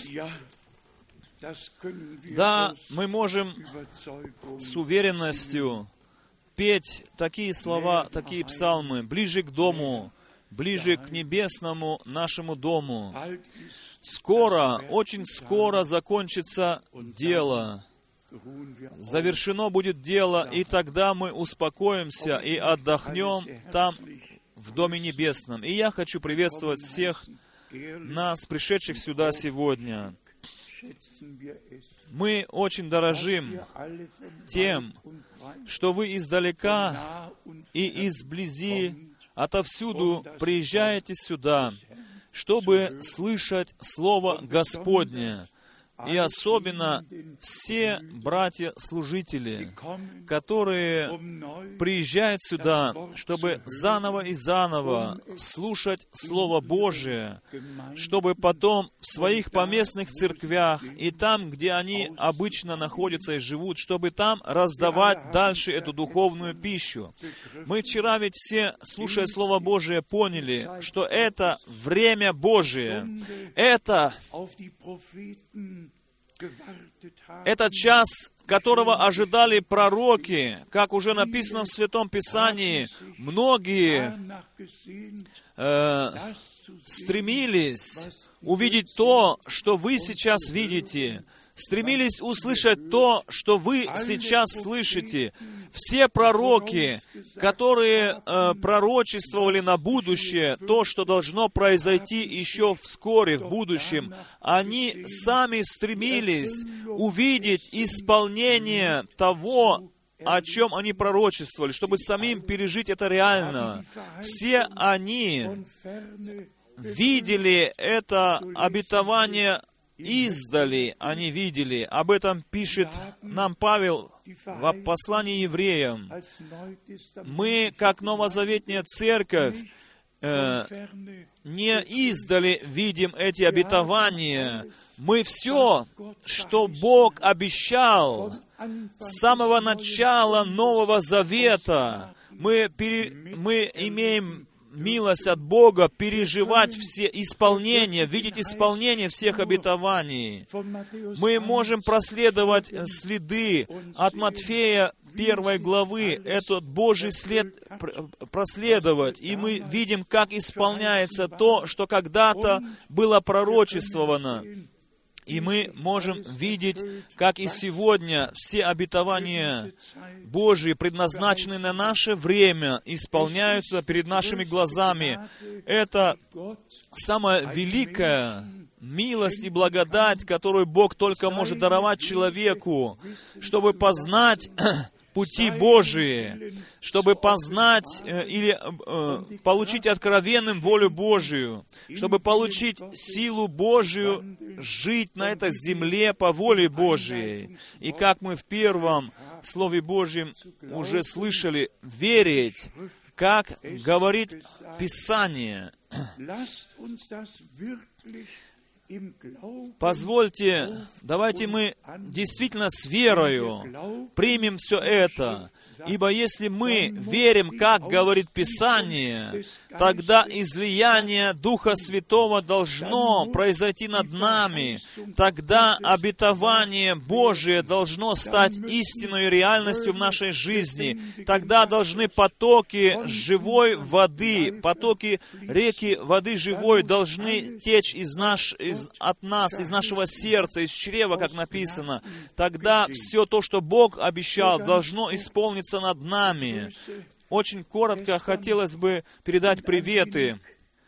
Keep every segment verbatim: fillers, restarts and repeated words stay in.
Да, мы можем с уверенностью петь такие слова, такие псалмы: «Ближе к дому, ближе к небесному нашему дому». Скоро, очень скоро закончится дело. Завершено будет дело, и тогда мы успокоимся и отдохнем там, в Доме Небесном. И я хочу приветствовать всех нас, пришедших сюда сегодня. Мы очень дорожим тем, что вы издалека и изблизи, отовсюду приезжаете сюда, чтобы слышать Слово Господне. И особенно все братья-служители, которые приезжают сюда, чтобы заново и заново слушать Слово Божие, чтобы потом в своих поместных церквях и там, где они обычно находятся и живут, чтобы там раздавать дальше эту духовную пищу. Мы вчера ведь все, слушая Слово Божие, поняли, что это время Божие. Это Этот час, которого ожидали пророки, как уже написано в Святом Писании, многие э, стремились увидеть то, что вы сейчас видите, стремились услышать то, что вы сейчас слышите. Все пророки, которые э, пророчествовали на будущее, то, что должно произойти еще вскоре, в будущем, они сами стремились увидеть исполнение того, о чем они пророчествовали, чтобы самим пережить это реально. Все они видели это обетование издали, они видели. Об этом пишет нам Павел в послании евреям. Мы, как новозаветная церковь, э, не издали видим эти обетования. Мы все, что Бог обещал с самого начала Нового Завета, мы, пере, мы имеем милость от Бога переживать все исполнения, видеть исполнение всех обетований. Мы можем проследовать следы от Матфея первой главы, этот Божий след проследовать, и мы видим, как исполняется то, что когда-то было пророчествовано. И мы можем видеть, как и сегодня все обетования Божьи, предназначенные на наше время, исполняются перед нашими глазами. Это самая великая милость и благодать, которую Бог только может даровать человеку, чтобы познать пути Божии, чтобы познать э, или э, получить откровенным волю Божию, чтобы получить силу Божию жить на этой земле по воле Божией. И как мы в первом Слове Божьем уже слышали, верить, как говорит Писание. Позвольте, давайте мы действительно с верою примем все это. Ибо если мы верим, как говорит Писание, тогда излияние Духа Святого должно произойти над нами. Тогда обетование Божие должно стать истинной реальностью в нашей жизни. Тогда должны потоки живой воды, потоки реки воды живой должны течь из наш, из, от нас, из нашего сердца, из чрева, как написано. Тогда все то, что Бог обещал, должно исполниться над нами. Очень коротко хотелось бы передать приветы.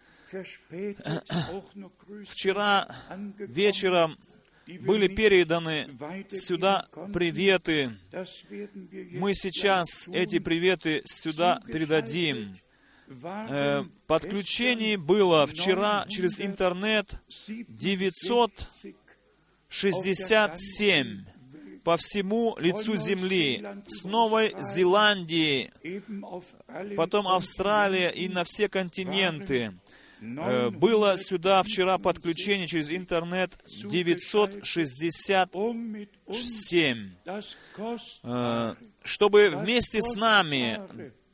Вчера вечером были переданы сюда приветы. Мы сейчас эти приветы сюда передадим. Подключений было вчера через интернет девятьсот шестьдесят семь. По всему лицу земли, с Новой Зеландии, потом Австралия и на все континенты. Было сюда вчера подключение через интернет девятьсот шестьдесят семь. Чтобы вместе с нами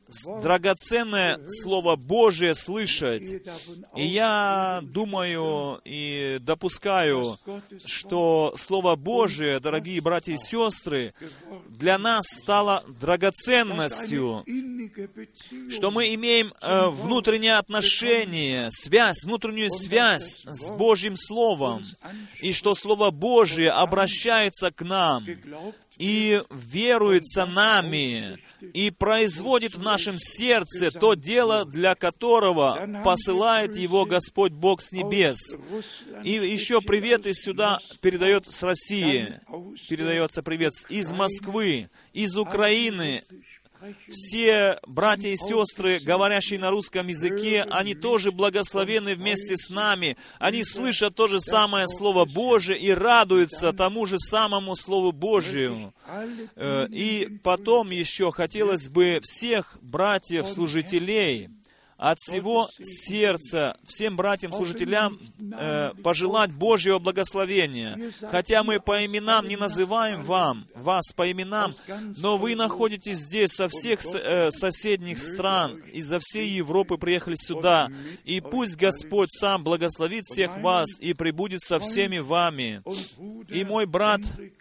драгоценное Слово Божие слышать. И я думаю и допускаю, что Слово Божие, дорогие братья и сестры, для нас стало драгоценностью, что мы имеем э, внутреннее отношение, связь, внутреннюю связь с Божьим Словом, и что Слово Божие обращается к нам и веруется нами, и производит в нашем сердце то дело, для которого посылает его Господь Бог с небес. И еще привет из сюда передает с России, передается привет из Москвы, из Украины. Все братья и сестры, говорящие на русском языке, они тоже благословены вместе с нами. Они слышат то же самое Слово Божие и радуются тому же самому Слову Божию. И потом еще хотелось бы всех братьев-служителей от всего сердца всем братьям-служителям э, пожелать Божьего благословения. Хотя мы по именам не называем вам, вас по именам, но вы находитесь здесь со всех э, соседних стран, изо всей Европы приехали сюда. И пусть Господь сам благословит всех вас и пребудет со всеми вами. И мой брат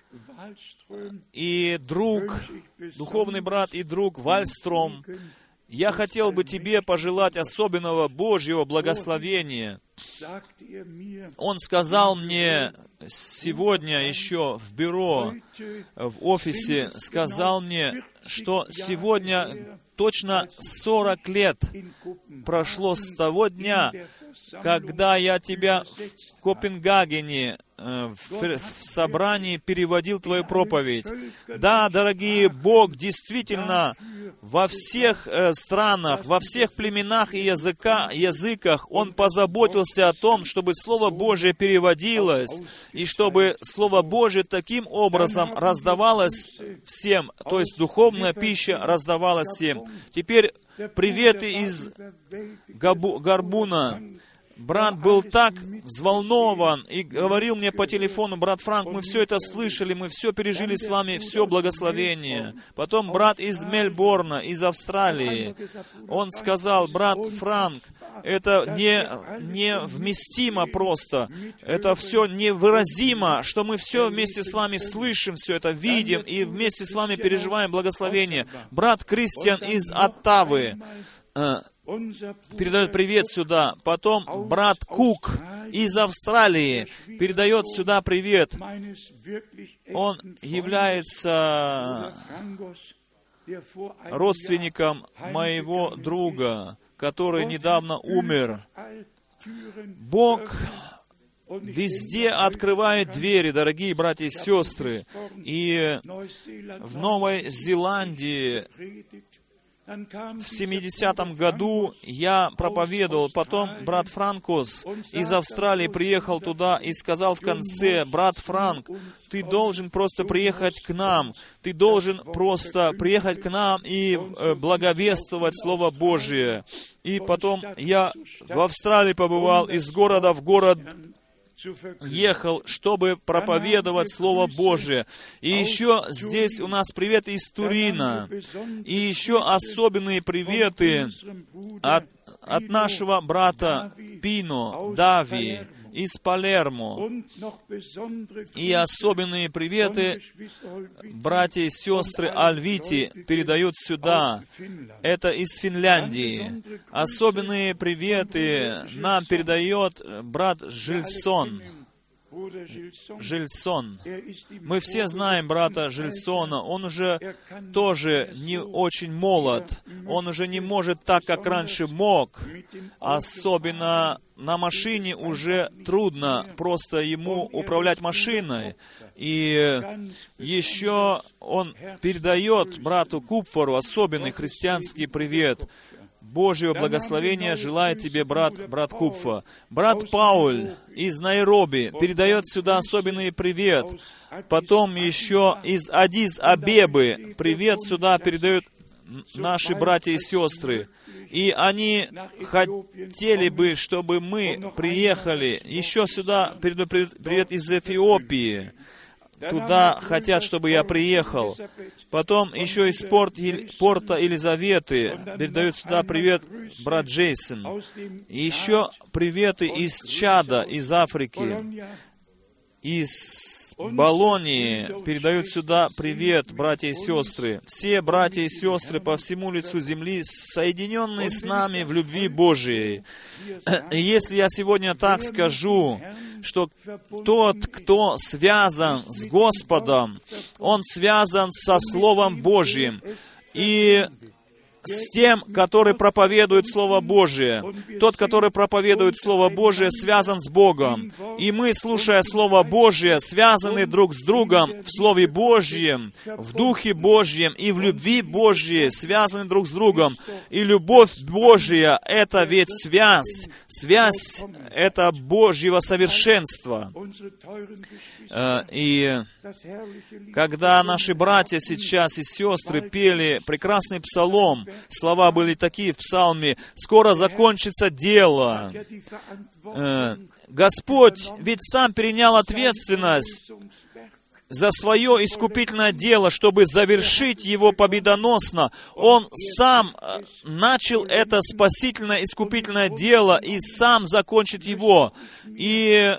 и друг, духовный брат и друг Вальстром, я хотел бы тебе пожелать особенного Божьего благословения. Он сказал мне сегодня еще в бюро, в офисе, сказал мне, что сегодня точно сорок лет прошло с того дня, когда я тебя в Копенгагене в, в собрании переводил твою проповедь. Да, дорогие, Бог действительно во всех э, странах, во всех племенах и языка, языках Он позаботился о том, чтобы Слово Божие переводилось, и чтобы Слово Божие таким образом раздавалось всем, то есть духовная пища раздавалась всем. Теперь приветы из Габу, Гарбуна. Брат был так взволнован и говорил мне по телефону: брат Франк, мы все это слышали, мы все пережили с вами, все благословение. Потом брат из Мельбурна, из Австралии, он сказал: брат Франк, это не, невместимо просто, это все невыразимо, что мы все вместе с вами слышим, все это видим и вместе с вами переживаем благословение. Брат Кристиан из Оттавы передает привет сюда. Потом брат Кук из Австралии передает сюда привет. Он является родственником моего друга, который недавно умер. Бог везде открывает двери, дорогие братья и сестры. И в Новой Зеландии в семидесятом году я проповедовал, потом брат Франкос из Австралии приехал туда и сказал в конце: брат Франк, ты должен просто приехать к нам, ты должен просто приехать к нам и благовествовать Слово Божие. И потом я в Австралии побывал, из города в город ехал, чтобы проповедовать Слово Божие. И еще здесь у нас привет из Турина. И еще особенные приветы от, от нашего брата Пино, Дави, из Палермо. И особенные приветы братья и сестры Альвити передают сюда. Это из Финляндии. Особенные приветы нам передает брат Жильсон. Жильсон. Мы все знаем брата Жильсона. Он уже тоже не очень молод. Он уже не может так, как раньше мог. Особенно на машине уже трудно просто ему управлять машиной. И еще он передает брату Купфору особенный христианский привет. Божьего благословения желает тебе, брат, брат Купфа. Брат Пауль из Найроби передает сюда особенный привет. Потом еще из Аддис-Абебы привет сюда передают наши братья и сестры. И они хотели бы, чтобы мы приехали. Еще сюда передают привет из Эфиопии. туда хотят, чтобы я приехал. Потом еще из порт, порта Елизаветы передают сюда привет брат Джейсон. И еще приветы из Чада, из Африки, из Болонии передают сюда привет, братья и сестры. Все братья и сестры по всему лицу земли, соединенные с нами в любви Божией. И если я сегодня так скажу, что тот, кто связан с Господом, он связан со Словом Божьим. И с тем, который проповедует Слово Божие. Тот, который проповедует Слово Божие, связан с Богом. И мы, слушая Слово Божие, связаны друг с другом в Слове Божьем, в Духе Божьем и в любви Божьей, связаны друг с другом. И любовь Божья — это ведь связь. Связь — это Божьего совершенства. И когда наши братья сейчас и сестры пели прекрасный псалом, слова были такие в псалме: «Скоро закончится дело». Господь ведь сам перенял ответственность за свое искупительное дело, чтобы завершить его победоносно. Он сам начал это спасительное искупительное дело и сам закончит его. И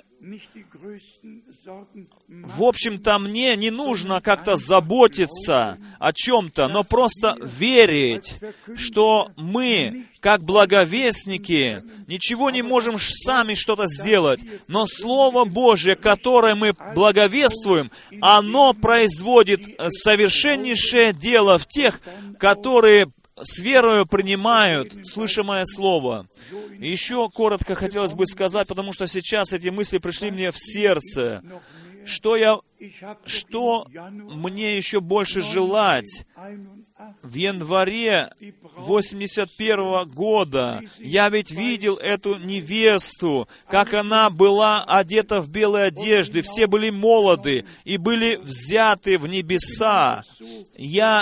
в общем-то, мне не нужно как-то заботиться о чем-то, но просто верить, что мы, как благовестники, ничего не можем сами что-то сделать, но Слово Божие, которое мы благовествуем, оно производит совершеннейшее дело в тех, которые с верою принимают слышимое Слово. Еще коротко хотелось бы сказать, потому что сейчас эти мысли пришли мне в сердце. Что я, что мне еще больше желать? В январе восемьдесят первого года я ведь видел эту невесту, как она была одета в белые одежды, все были молоды и были взяты в небеса. Я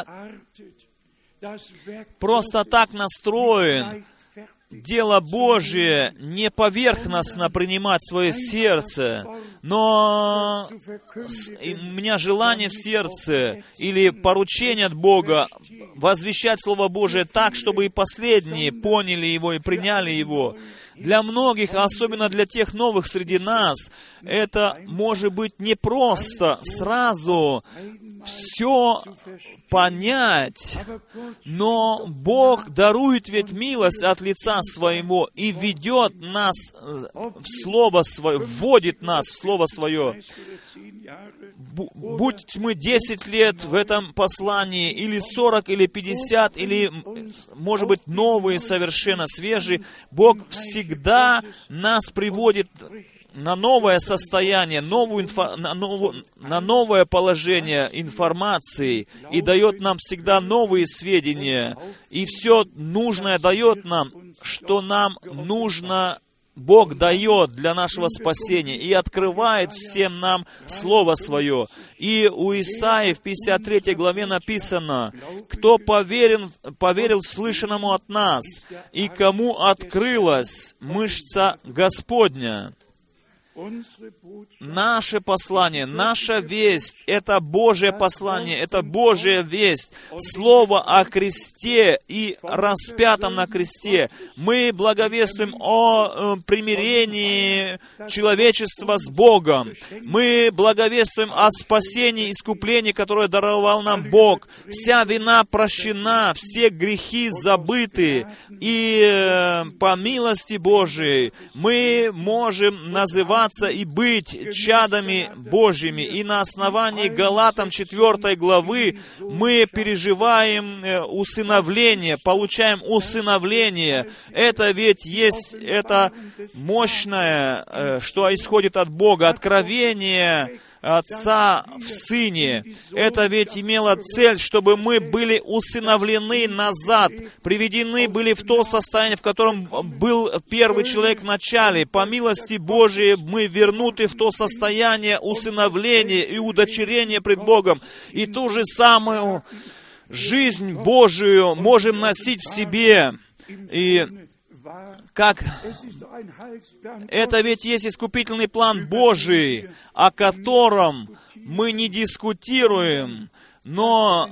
просто так настроен. Дело Божие не поверхностно принимать в свое сердце, но у меня желание в сердце или поручение от Бога возвещать Слово Божие так, чтобы и последние поняли его и приняли его. Для многих, особенно для тех новых среди нас, это может быть непросто сразу все понять, но Бог дарует ведь милость от лица Своего и ведет нас в Слово Свое, вводит нас в Слово Свое. Будь мы десять лет в этом послании, или сорок, или пятьдесят, или, может быть, новые, совершенно свежие, Бог всегда нас приводит на новое состояние, новую инфо, на, нов, на новое положение информации и дает нам всегда новые сведения. И все нужное дает нам, что нам нужно, Бог дает для нашего спасения и открывает всем нам Слово Свое. И у Исаии в пятьдесят третьей главе написано: «Кто поверил, поверил слышанному от нас, и кому открылась мышца Господня». Наше послание, наша весть — это Божье послание, это Божья весть, Слово о кресте и распятом на кресте. Мы благовествуем о примирении человечества с Богом. Мы благовествуем о спасении, искуплении, которое даровал нам Бог. Вся вина прощена, все грехи забыты, и по милости Божией мы можем называть и быть чадами Божьими. И на основании Галатам четвёртой главы мы переживаем усыновление, получаем усыновление. Это ведь есть, это мощное, что исходит от Бога, откровение Отца в Сыне. Это ведь имело цель, чтобы мы были усыновлены назад, приведены были в то состояние, в котором был первый человек в начале. По милости Божией мы вернуты в то состояние усыновления и удочерения пред Богом. И ту же самую жизнь Божию можем носить в себе. И как это ведь есть искупительный план Божий, о котором мы не дискутируем, но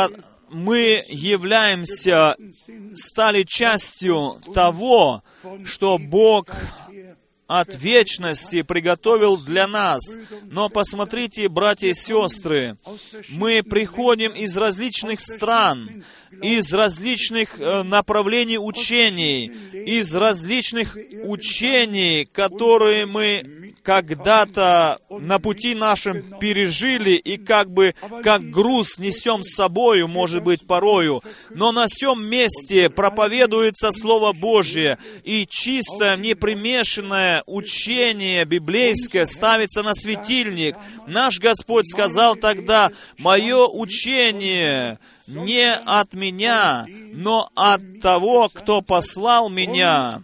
мы являемся, стали частью того, что Бог от вечности приготовил для нас. Но посмотрите, братья и сестры, мы приходим из различных стран, из различных направлений учений, из различных учений, которые мы когда-то на пути нашем пережили и как бы как груз несем с собою, может быть, порою. Но на всем месте проповедуется Слово Божие, и чистое, непримешанное учение библейское ставится на светильник. Наш Господь сказал тогда: «Мое учение не от Меня, но от того, кто послал Меня».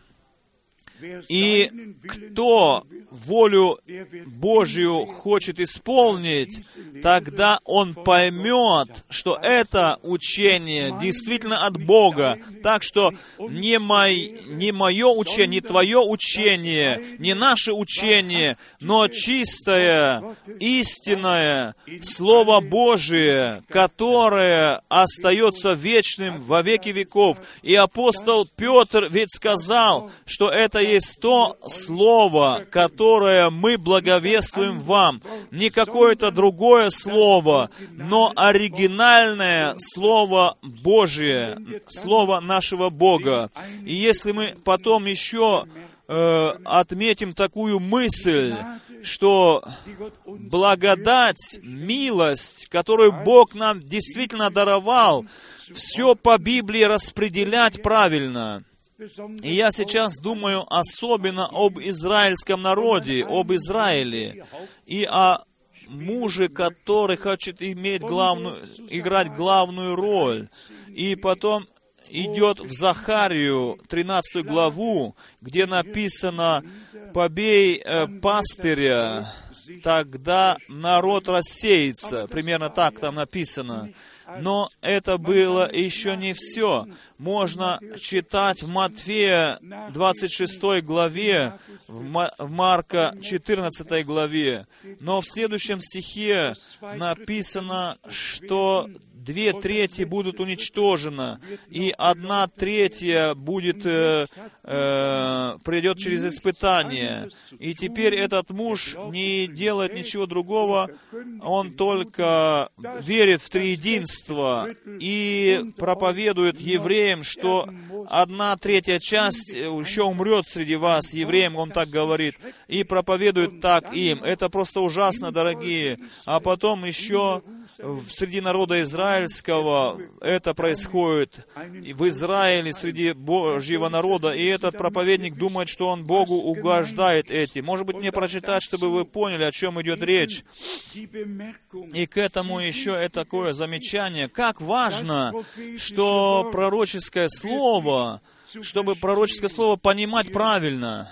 И кто волю Божью хочет исполнить, тогда он поймет, что это учение действительно от Бога. Так что не, мой, не мое учение, не твое учение, не наше учение, но чистое, истинное Слово Божие, которое остается вечным во веки веков. И апостол Петр ведь сказал, что это есть то Слово, которое мы благовествуем вам. Не какое-то другое Слово, но оригинальное Слово Божие, Слово нашего Бога. И если мы потом еще э, отметим такую мысль, что благодать, милость, которую Бог нам действительно даровал, все по Библии распределять правильно. И я сейчас думаю особенно об израильском народе, об Израиле, и о муже, который хочет иметь главную, играть главную роль. И потом идет в Захарию, тринадцатую главу, где написано: «Побей э, пастыря, тогда народ рассеется». Примерно так там написано. Но это было еще не все. Можно читать в Матфея двадцать шестой главе, в Марка четырнадцатой главе. Но в следующем стихе написано, что две трети будут уничтожены, и одна третья будет, э, э, придет через испытание. И теперь этот муж не делает ничего другого, он только верит в триединство и проповедует евреям, что одна третья часть еще умрет среди вас, евреям, он так говорит, и проповедует так им. Это просто ужасно, дорогие. А потом еще среди народа израильского это происходит, в Израиле, среди Божьего народа, и этот проповедник думает, что он Богу угождает этим. Может быть, мне прочитать, чтобы вы поняли, о чем идет речь. И к этому еще и такое замечание. Как важно, что пророческое слово, чтобы пророческое слово понимать правильно.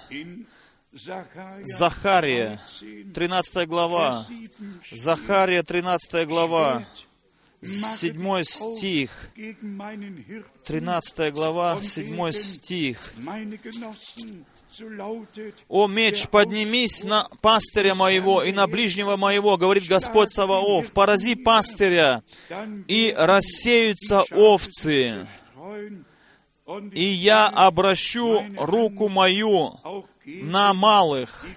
Захария, тринадцатая глава. Захария, тринадцатая глава, седьмой стих. тринадцатая глава, седьмой стих. «О меч, поднимись на пастыря моего и на ближнего моего, говорит Господь Саваоф, порази пастыря, и рассеются овцы, и я обращу руку мою на малых».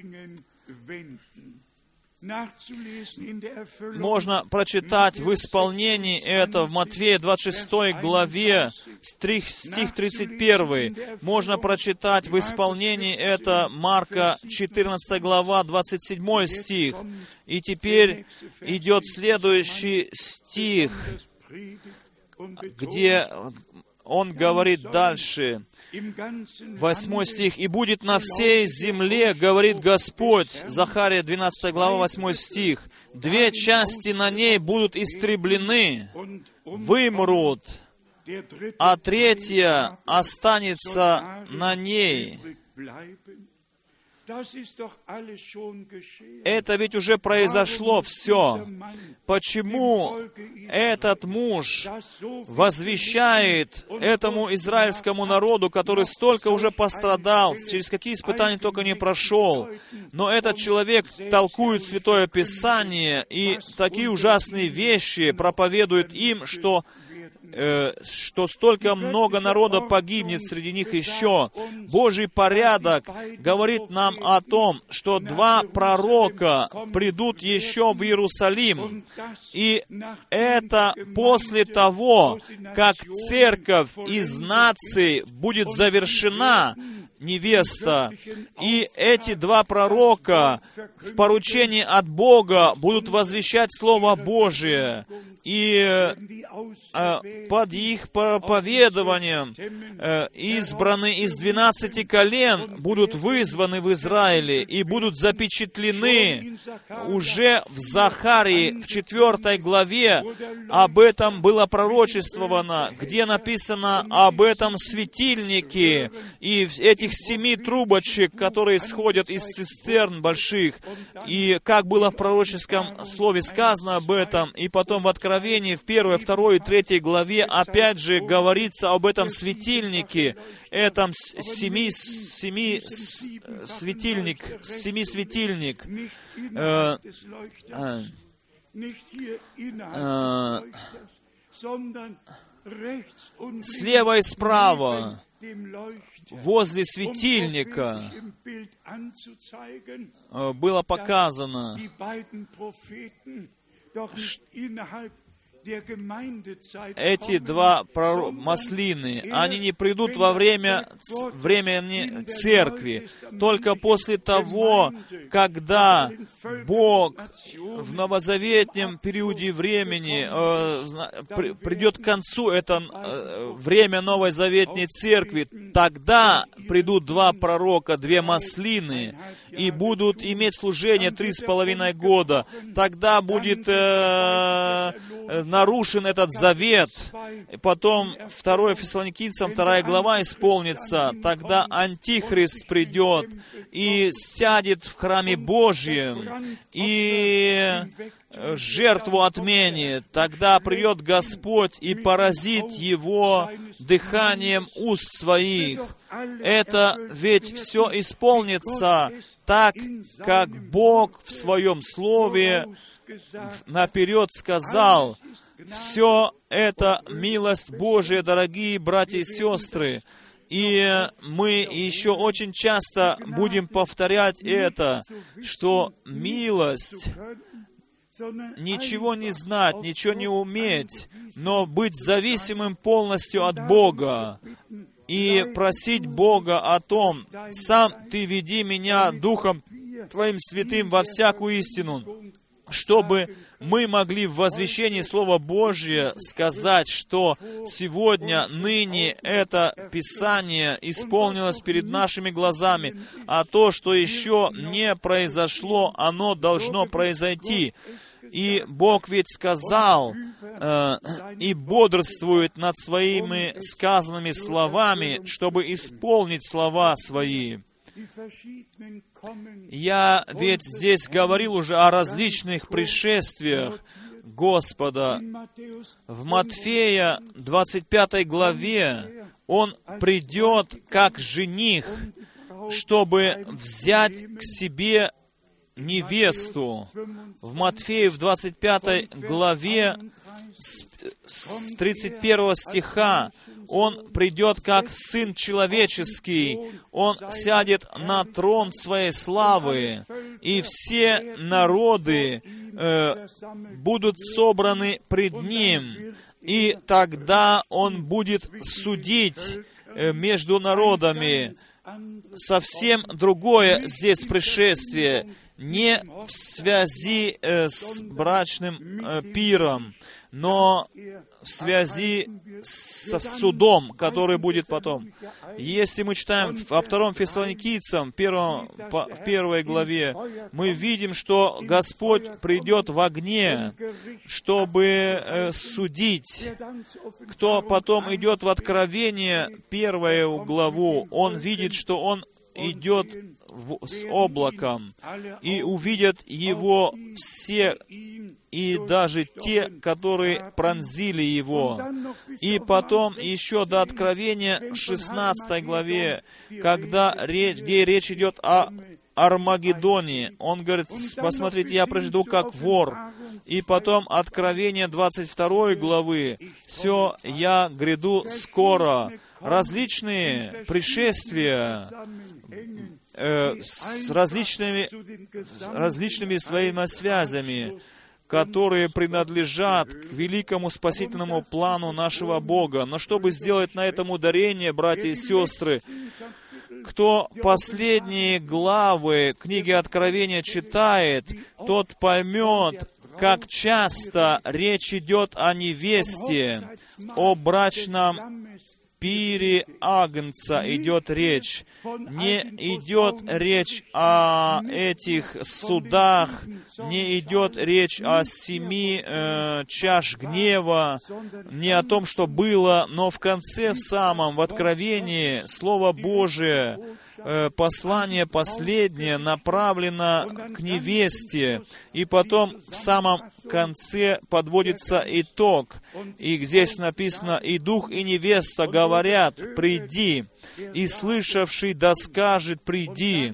Можно прочитать в исполнении это в Матфея двадцать шестой главе, стих тридцать первый. Можно прочитать в исполнении это Марка четырнадцатая глава, двадцать седьмой стих. И теперь идет следующий стих, где он говорит дальше, восьмой стих, «И будет на всей земле, говорит Господь», Захария двенадцатая глава, восьмой стих, «две части на ней будут истреблены, вымрут, а третья останется на ней». Это ведь уже произошло все. Почему этот муж возвещает этому израильскому народу, который столько уже пострадал, через какие испытания только не прошел, но этот человек толкует Святое Писание и такие ужасные вещи проповедует им, что что столько много народа погибнет среди них еще. Божий порядок говорит нам о том, что два пророка придут еще в Иерусалим. И это после того, как церковь из наций будет завершена, невеста. И эти два пророка в поручении от Бога будут возвещать Слово Божие. И э, под их проповедованием э, избранные из двенадцати колен будут вызваны в Израиле и будут запечатлены. Уже в Захарии, в четвертой главе, об этом было пророчествовано, где написано об этом светильнике и этих семи трубочек, которые сходят из цистерн больших. И как было в пророческом слове сказано об этом, и потом в Откровении, в первой, второй и третьей главе опять же говорится об этом светильнике, этом семи, семи светильник, семи светильник. Э, э, э, слева и справа, возле светильника, было показано, эти два прор... маслины, они не придут во время времени церкви, только после того, когда Бог в новозаветнем периоде времени э, при, придет к концу это э, время новой заветной церкви, тогда придут два пророка, две маслины, и будут иметь служение три с половиной года. Тогда будет э, нарушен этот завет. Потом второе Фессалоникийцам, вторая глава исполнится. Тогда Антихрист придет и сядет в храме Божьем, и жертву отменит. Тогда придет Господь и поразит его дыханием уст своих. Это ведь все исполнится так, как Бог в Своем Слове наперед сказал. Все это милость Божия, дорогие братья и сестры. И мы еще очень часто будем повторять это, что милость ничего не знать, ничего не уметь, но быть зависимым полностью от Бога и просить Бога о том: «Сам Ты веди меня Духом Твоим Святым во всякую истину», чтобы мы могли в возвещении Слова Божия сказать, что сегодня, ныне это Писание исполнилось перед нашими глазами, а то, что еще не произошло, оно должно произойти. И Бог ведь сказал э, и бодрствует над своими сказанными словами, чтобы исполнить слова свои. Я ведь здесь говорил уже о различных пришествиях Господа. В Матфея двадцать пятой главе Он придет как жених, чтобы взять к себе невесту. В Матфея в двадцать пятой главе с тридцать первого стиха Он придет как Сын Человеческий, Он сядет на трон Своей славы, и все народы э, будут собраны пред Ним, и тогда Он будет судить э, между народами. Совсем другое здесь пришествие, не в связи э, с брачным э, пиром, но в связи со судом, который будет потом. Если мы читаем во втором Фессалоникийцам, первом, по, в первой главе, мы видим, что Господь придет в огне, чтобы э, судить. Кто потом идет в Откровение, первую главу, он видит, что он идет в, с облаком, и увидят Его все, и даже те, которые пронзили Его. И потом еще до Откровения шестнадцатой главе, когда речь, где речь идет о Армагеддоне, он говорит: посмотрите, я приду как вор. И потом Откровение двадцать второй главы, все, я гряду скоро. Различные пришествия э, с различными, с различными взаимосвязями, которые принадлежат к великому спасительному плану нашего Бога. Но чтобы сделать на этом ударение, братья и сестры, кто последние главы книги Откровения читает, тот поймет, как часто речь идет о невесте, о брачном пире Агнца идет речь. Не идет речь о этих судах, не идет речь о семи э, чаш гнева, не о том, что было, но в конце, в самом, в Откровении, Слово Божие, э, послание последнее направлено к невесте, и потом в самом конце подводится итог. И здесь написано: «И дух, и невеста говорят: приди, и слышавший да скажет: приди».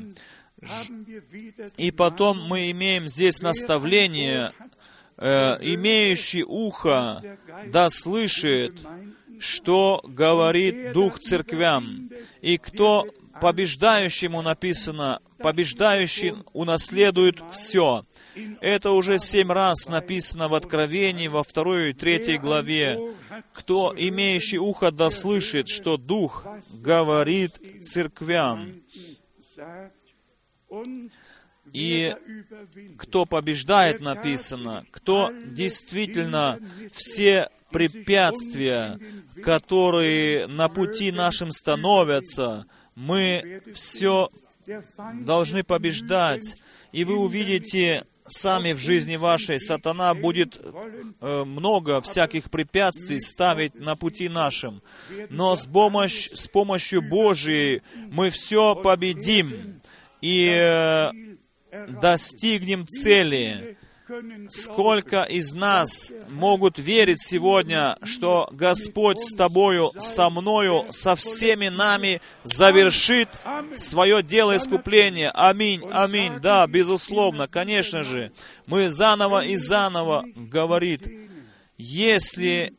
И потом мы имеем здесь наставление: э, «Имеющий ухо да слышит, что говорит Дух церквям». И кто побеждающему написано: «Побеждающий унаследует все». Это уже семь раз написано в Откровении, во второй и третьей главе. Кто, имеющий ухо, да слышит, что Дух говорит церквям. И кто побеждает, написано, кто действительно все препятствия, которые на пути нашим становятся, мы все должны побеждать. И вы увидите сами в жизни вашей, сатана будет э, много всяких препятствий ставить на пути нашим. Но с, помощь, с помощью Божией мы все победим и э, достигнем цели. Сколько из нас могут верить сегодня, что Господь с тобою, со мною, со всеми нами завершит свое дело искупления? Аминь, аминь. Да, безусловно, конечно же. Мы заново и заново говорит, если...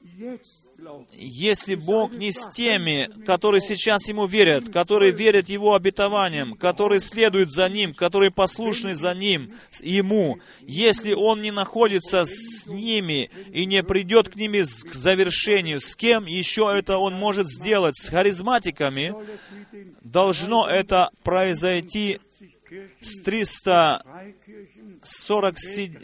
Если Бог не с теми, которые сейчас Ему верят, которые верят Его обетованиям, которые следуют за Ним, которые послушны за Ним, Ему, если Он не находится с ними и не придет к ними к завершению, с кем еще это Он может сделать? С харизматиками? Должно это произойти с тремястами сорока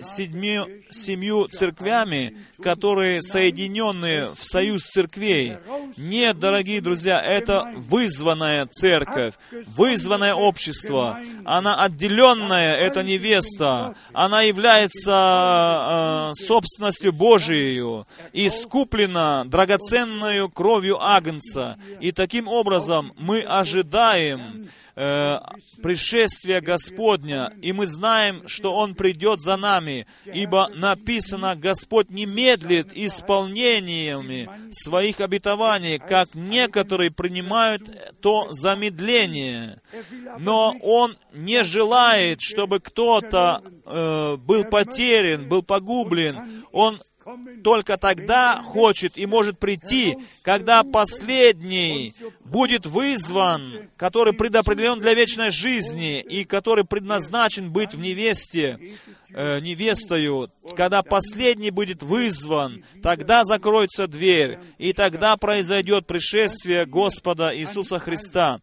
семью церквями, которые соединены в союз церквей. Нет, дорогие друзья, это вызванная церковь, вызванное общество. Она отделенная, это невеста. Она является э, собственностью Божией, искуплена драгоценной кровью Агнца. И таким образом мы ожидаем Э, пришествия Господня, и мы знаем, что Он придет за нами, ибо написано, Господь не медлит исполнениями своих обетований, как некоторые принимают то замедление. Но Он не желает, чтобы кто-то э, был потерян, был погублен. Он только тогда хочет и может прийти, когда последний будет вызван, который предопределен для вечной жизни и который предназначен быть в невесте, э, невестою. Когда последний будет вызван, тогда закроется дверь, и тогда произойдет пришествие Господа Иисуса Христа.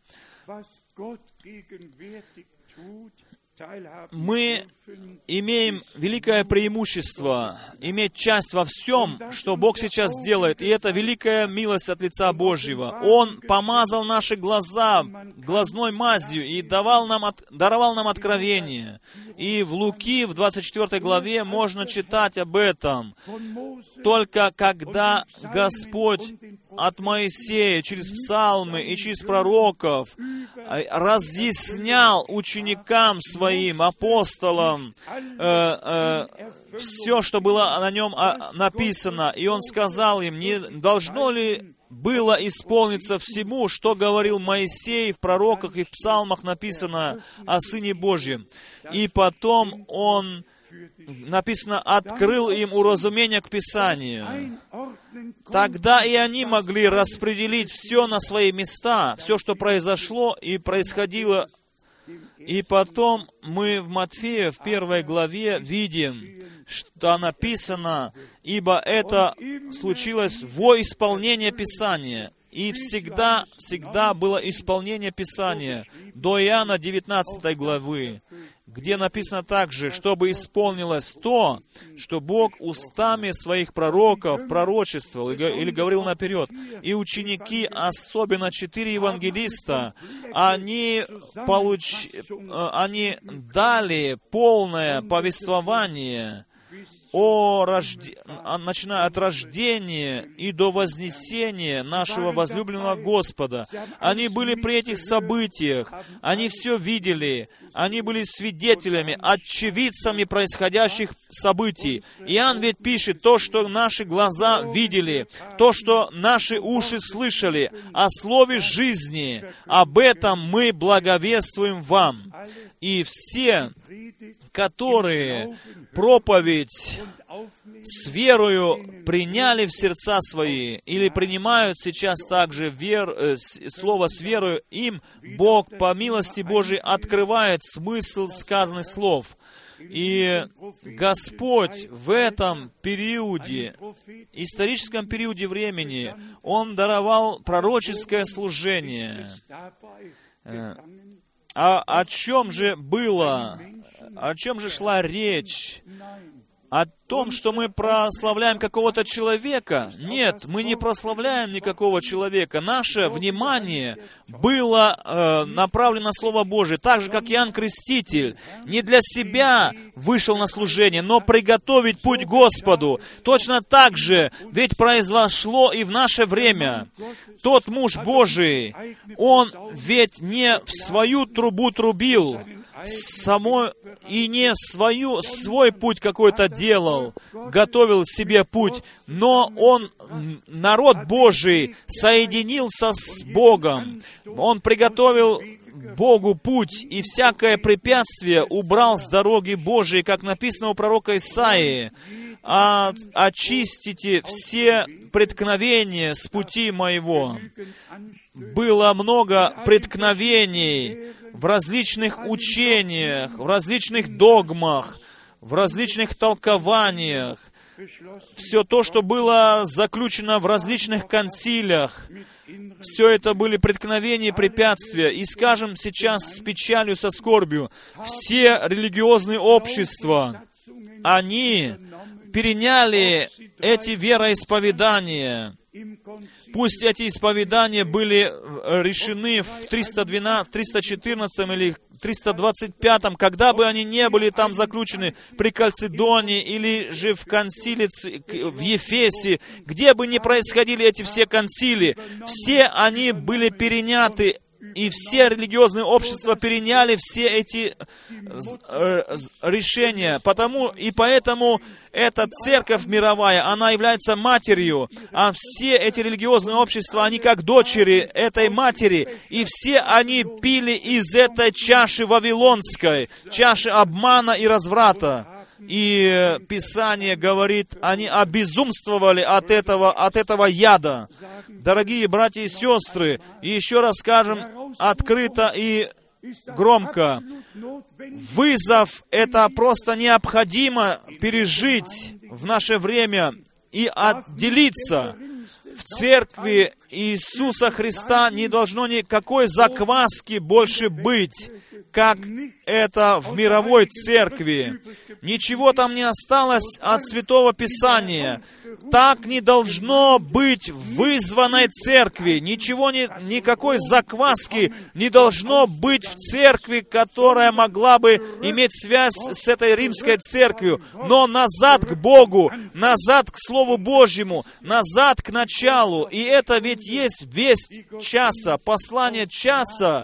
Мы имеем великое преимущество, иметь часть во всем, что Бог сейчас делает, и это великая милость от лица Божьего. Он помазал наши глаза глазной мазью и давал нам от, даровал нам откровение. И в Луки, в двадцать четвёртой главе, можно читать об этом. Только когда Господь от Моисея через псалмы и через пророков разъяснял ученикам своим, апостолам, э, э, все, что было на нем написано. И он сказал им, не должно ли было исполниться всему, что говорил Моисей в пророках и в псалмах написано о Сыне Божьем. И потом он, написано, открыл им уразумение к Писанию. Тогда и они могли распределить все на свои места, все, что произошло и происходило. И потом мы в Матфея, в первой главе, видим, что написано, «Ибо это случилось во исполнение Писания». И всегда, всегда было исполнение Писания. До Иоанна девятнадцатой главы, где написано также, чтобы исполнилось то, что Бог устами своих пророков пророчествовал или говорил наперед. И ученики, особенно четыре евангелиста, они, получ... они дали полное повествование о рожде... начиная от рождения и до вознесения нашего возлюбленного Господа. Они были при этих событиях, они все видели, они были свидетелями, очевидцами происходящих событий. Иоанн ведь пишет то, что наши глаза видели, то, что наши уши слышали, о слове жизни. Об этом мы благовествуем вам. И все, которые проповедь с верою приняли в сердца свои, или принимают сейчас также вер, э, слово с верою, им Бог по милости Божией открывает смысл сказанных слов. И Господь в этом периоде, историческом периоде времени, Он даровал пророческое служение. А о чем же было, о чем же шла речь? О том, что мы прославляем какого-то человека? Нет, мы не прославляем никакого человека. Наше внимание было э, направлено на Слово Божие, так же, как Иоанн Креститель. Не для себя вышел на служение, но приготовить путь Господу. Точно так же ведь произошло и в наше время. Тот муж Божий, он ведь не в свою трубу трубил, само, и не свою, свой путь какой-то делал, готовил себе путь, но он, народ Божий, соединился с Богом. Он приготовил Богу путь, и всякое препятствие убрал с дороги Божией, как написано у пророка Исаии. «А, очистите все преткновения с пути моего». Было много преткновений в различных учениях, в различных догмах, в различных толкованиях. Все то, что было заключено в различных консилиях, все это были преткновения и препятствия. И скажем сейчас с печалью, со скорбью, все религиозные общества, они переняли эти вероисповедания. Пусть эти исповедания были решены в триста двенадцатом, триста четырнадцатом или триста двадцать пятом, когда бы они не были там заключены при Кальцедоне или же в консиле в Ефесе, где бы ни происходили эти все консили, все они были переняты, и все религиозные общества переняли все эти решения. Потому, и поэтому эта церковь мировая, она является матерью, а все эти религиозные общества, они как дочери этой матери, и все они пили из этой чаши вавилонской, чаши обмана и разврата. И Писание говорит, они обезумствовали от этого, от этого яда. Дорогие братья и сестры, и еще раз скажем открыто и громко, вызов это просто необходимо пережить в наше время и отделиться. В церкви Иисуса Христа не должно никакой закваски больше быть, как это в мировой церкви. Ничего там не осталось от Святого Писания. Так не должно быть в вызванной церкви. Ничего, не, никакой закваски не должно быть в церкви, которая могла бы иметь связь с этой римской церковью. Но назад к Богу, назад к Слову Божьему, назад к началу. И это ведь есть весть часа, послание часа,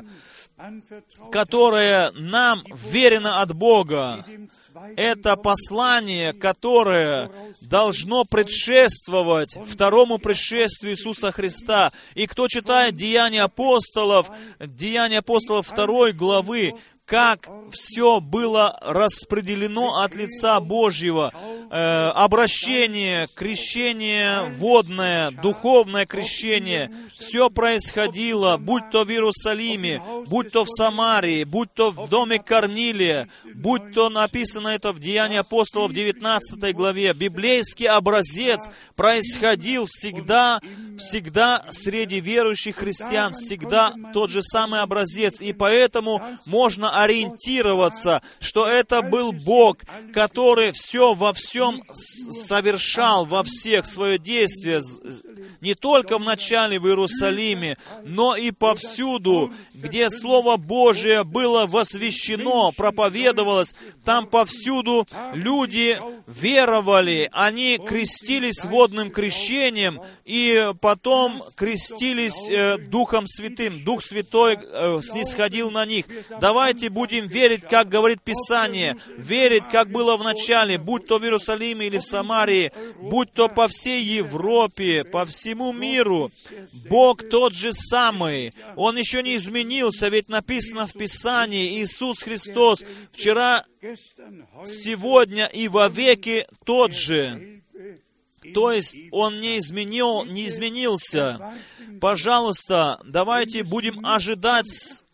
которое нам верено от Бога. Это послание, которое должно предшествовать второму пришествию Иисуса Христа. И кто читает Деяния апостолов, Деяния апостолов второй главы, как все было распределено от лица Божьего. Э, обращение, крещение водное, духовное крещение. Все происходило, будь то в Иерусалиме, будь то в Самарии, будь то в доме Корнилия, будь то написано это в Деянии апостолов в девятнадцатой главе. Библейский образец происходил всегда, всегда среди верующих христиан, всегда тот же самый образец. И поэтому можно ориентироваться, что это был Бог, который все во всем совершал, во всех свое действие, не только в начале в Иерусалиме, но и повсюду, где Слово Божие было возвещено, проповедовалось, там повсюду люди веровали, они крестились водным крещением, и потом крестились э, Духом Святым. Дух Святой э, снисходил на них. Давайте будем верить, как говорит Писание, верить, как было в начале, будь то в Иерусалиме или в Самарии, будь то по всей Европе, по всему миру. Бог тот же самый. Он еще не изменился, ведь написано в Писании, Иисус Христос вчера, сегодня и вовеки тот же. То есть Он не изменил, не изменился. Пожалуйста, давайте будем ожидать.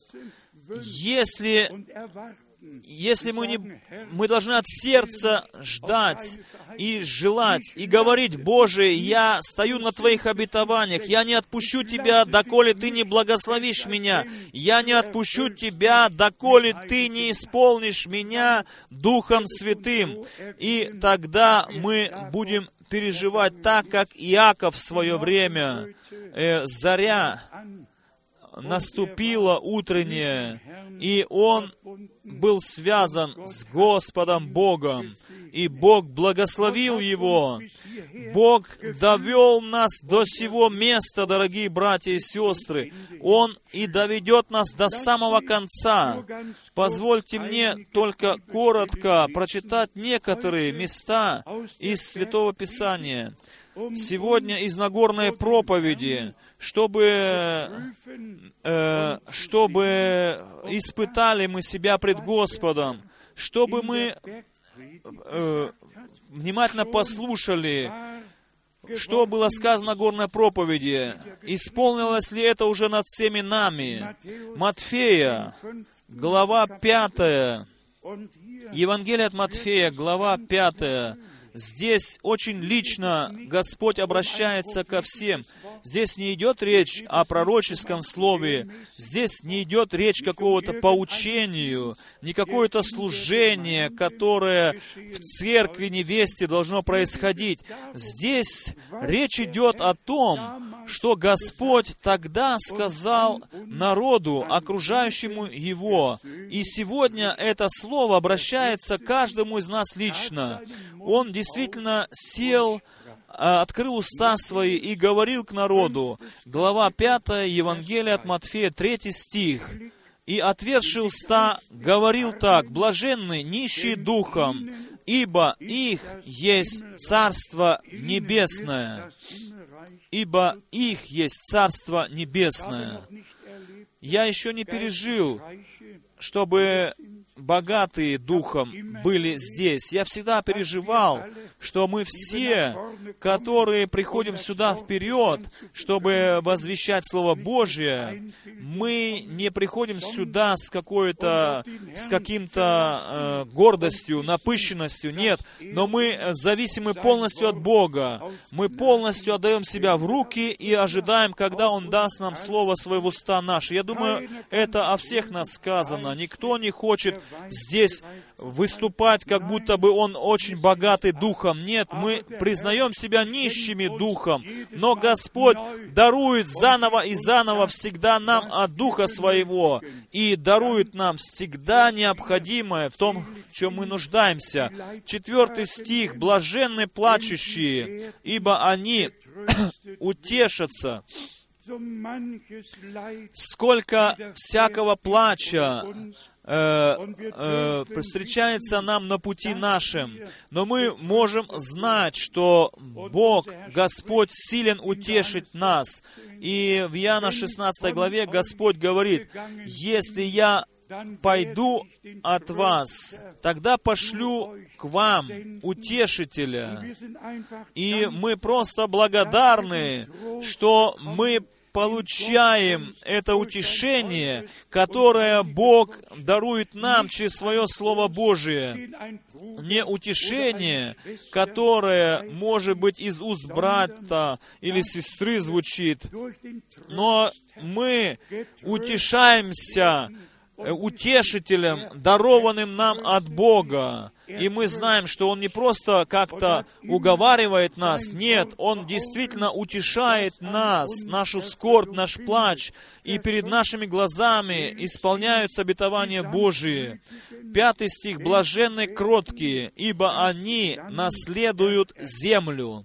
Если, если мы, не, мы должны от сердца ждать и желать, и говорить: Боже, я стою на Твоих обетованиях, я не отпущу Тебя, доколе Ты не благословишь меня, я не отпущу Тебя, доколе Ты не исполнишь меня Духом Святым. И тогда мы будем переживать так, как Иаков в свое время, э, заря наступила утренняя, и он был связан с Господом Богом, и Бог благословил его. Бог довел нас до сего места, дорогие братья и сестры. Он и доведет нас до самого конца. Позвольте мне только коротко прочитать некоторые места из Святого Писания. Сегодня из Нагорной проповеди, чтобы, э, чтобы испытали мы себя пред Господом, чтобы мы э, внимательно послушали, что было сказано в Нагорной проповеди. Исполнилось ли это уже над всеми нами? Матфея, глава пятая. Евангелие от Матфея, глава пятая. Здесь очень лично Господь обращается ко всем. Здесь не идет речь о пророческом слове, здесь не идет речь какого-то поучению, не какое-то служение, которое в церкви невесте должно происходить. Здесь речь идет о том, что Господь тогда сказал народу, окружающему Его. И сегодня это слово обращается к каждому из нас лично. Он действительно сел, открыл уста свои и говорил к народу. Глава пятая, Евангелие от Матфея, третий стих. «И, отверши уста, говорил так: блаженны нищие духом, ибо их есть Царство Небесное». Ибо их есть Царство Небесное. Я еще не пережил, чтобы богатые духом были здесь. Я всегда переживал, что мы все, которые приходим сюда вперед, чтобы возвещать Слово Божье, мы не приходим сюда с какой-то, с каким-то э, гордостью, напыщенностью, нет, но мы зависимы полностью от Бога. Мы полностью отдаем себя в руки и ожидаем, когда Он даст нам Слово Свое в уста наши. Я думаю, это о всех нас сказано. Никто не хочет здесь выступать, как будто бы он очень богатый духом. Нет, мы признаем себя нищими духом, но Господь дарует заново и заново всегда нам от Духа Своего и дарует нам всегда необходимое в том, в чем мы нуждаемся. Четвертый стих. «Блаженны плачущие, ибо они утешатся». Сколько всякого плача э, э, встречается нам на пути нашем, но мы можем знать, что Бог, Господь, силен утешить нас. И в Иоанна шестнадцатой главе Господь говорит: «Если я пойду от вас, тогда пошлю к вам утешителя». И мы просто благодарны, что мы получаем это утешение, которое Бог дарует нам через Свое Слово Божие. Не утешение, которое, может быть, из уст брата или сестры звучит, но мы утешаемся утешителем, дарованным нам от Бога. И мы знаем, что Он не просто как-то уговаривает нас. Нет, Он действительно утешает нас, нашу скорбь, наш плач. И перед нашими глазами исполняются обетования Божии. Пятый стих. «Блаженны кроткие, ибо они наследуют землю».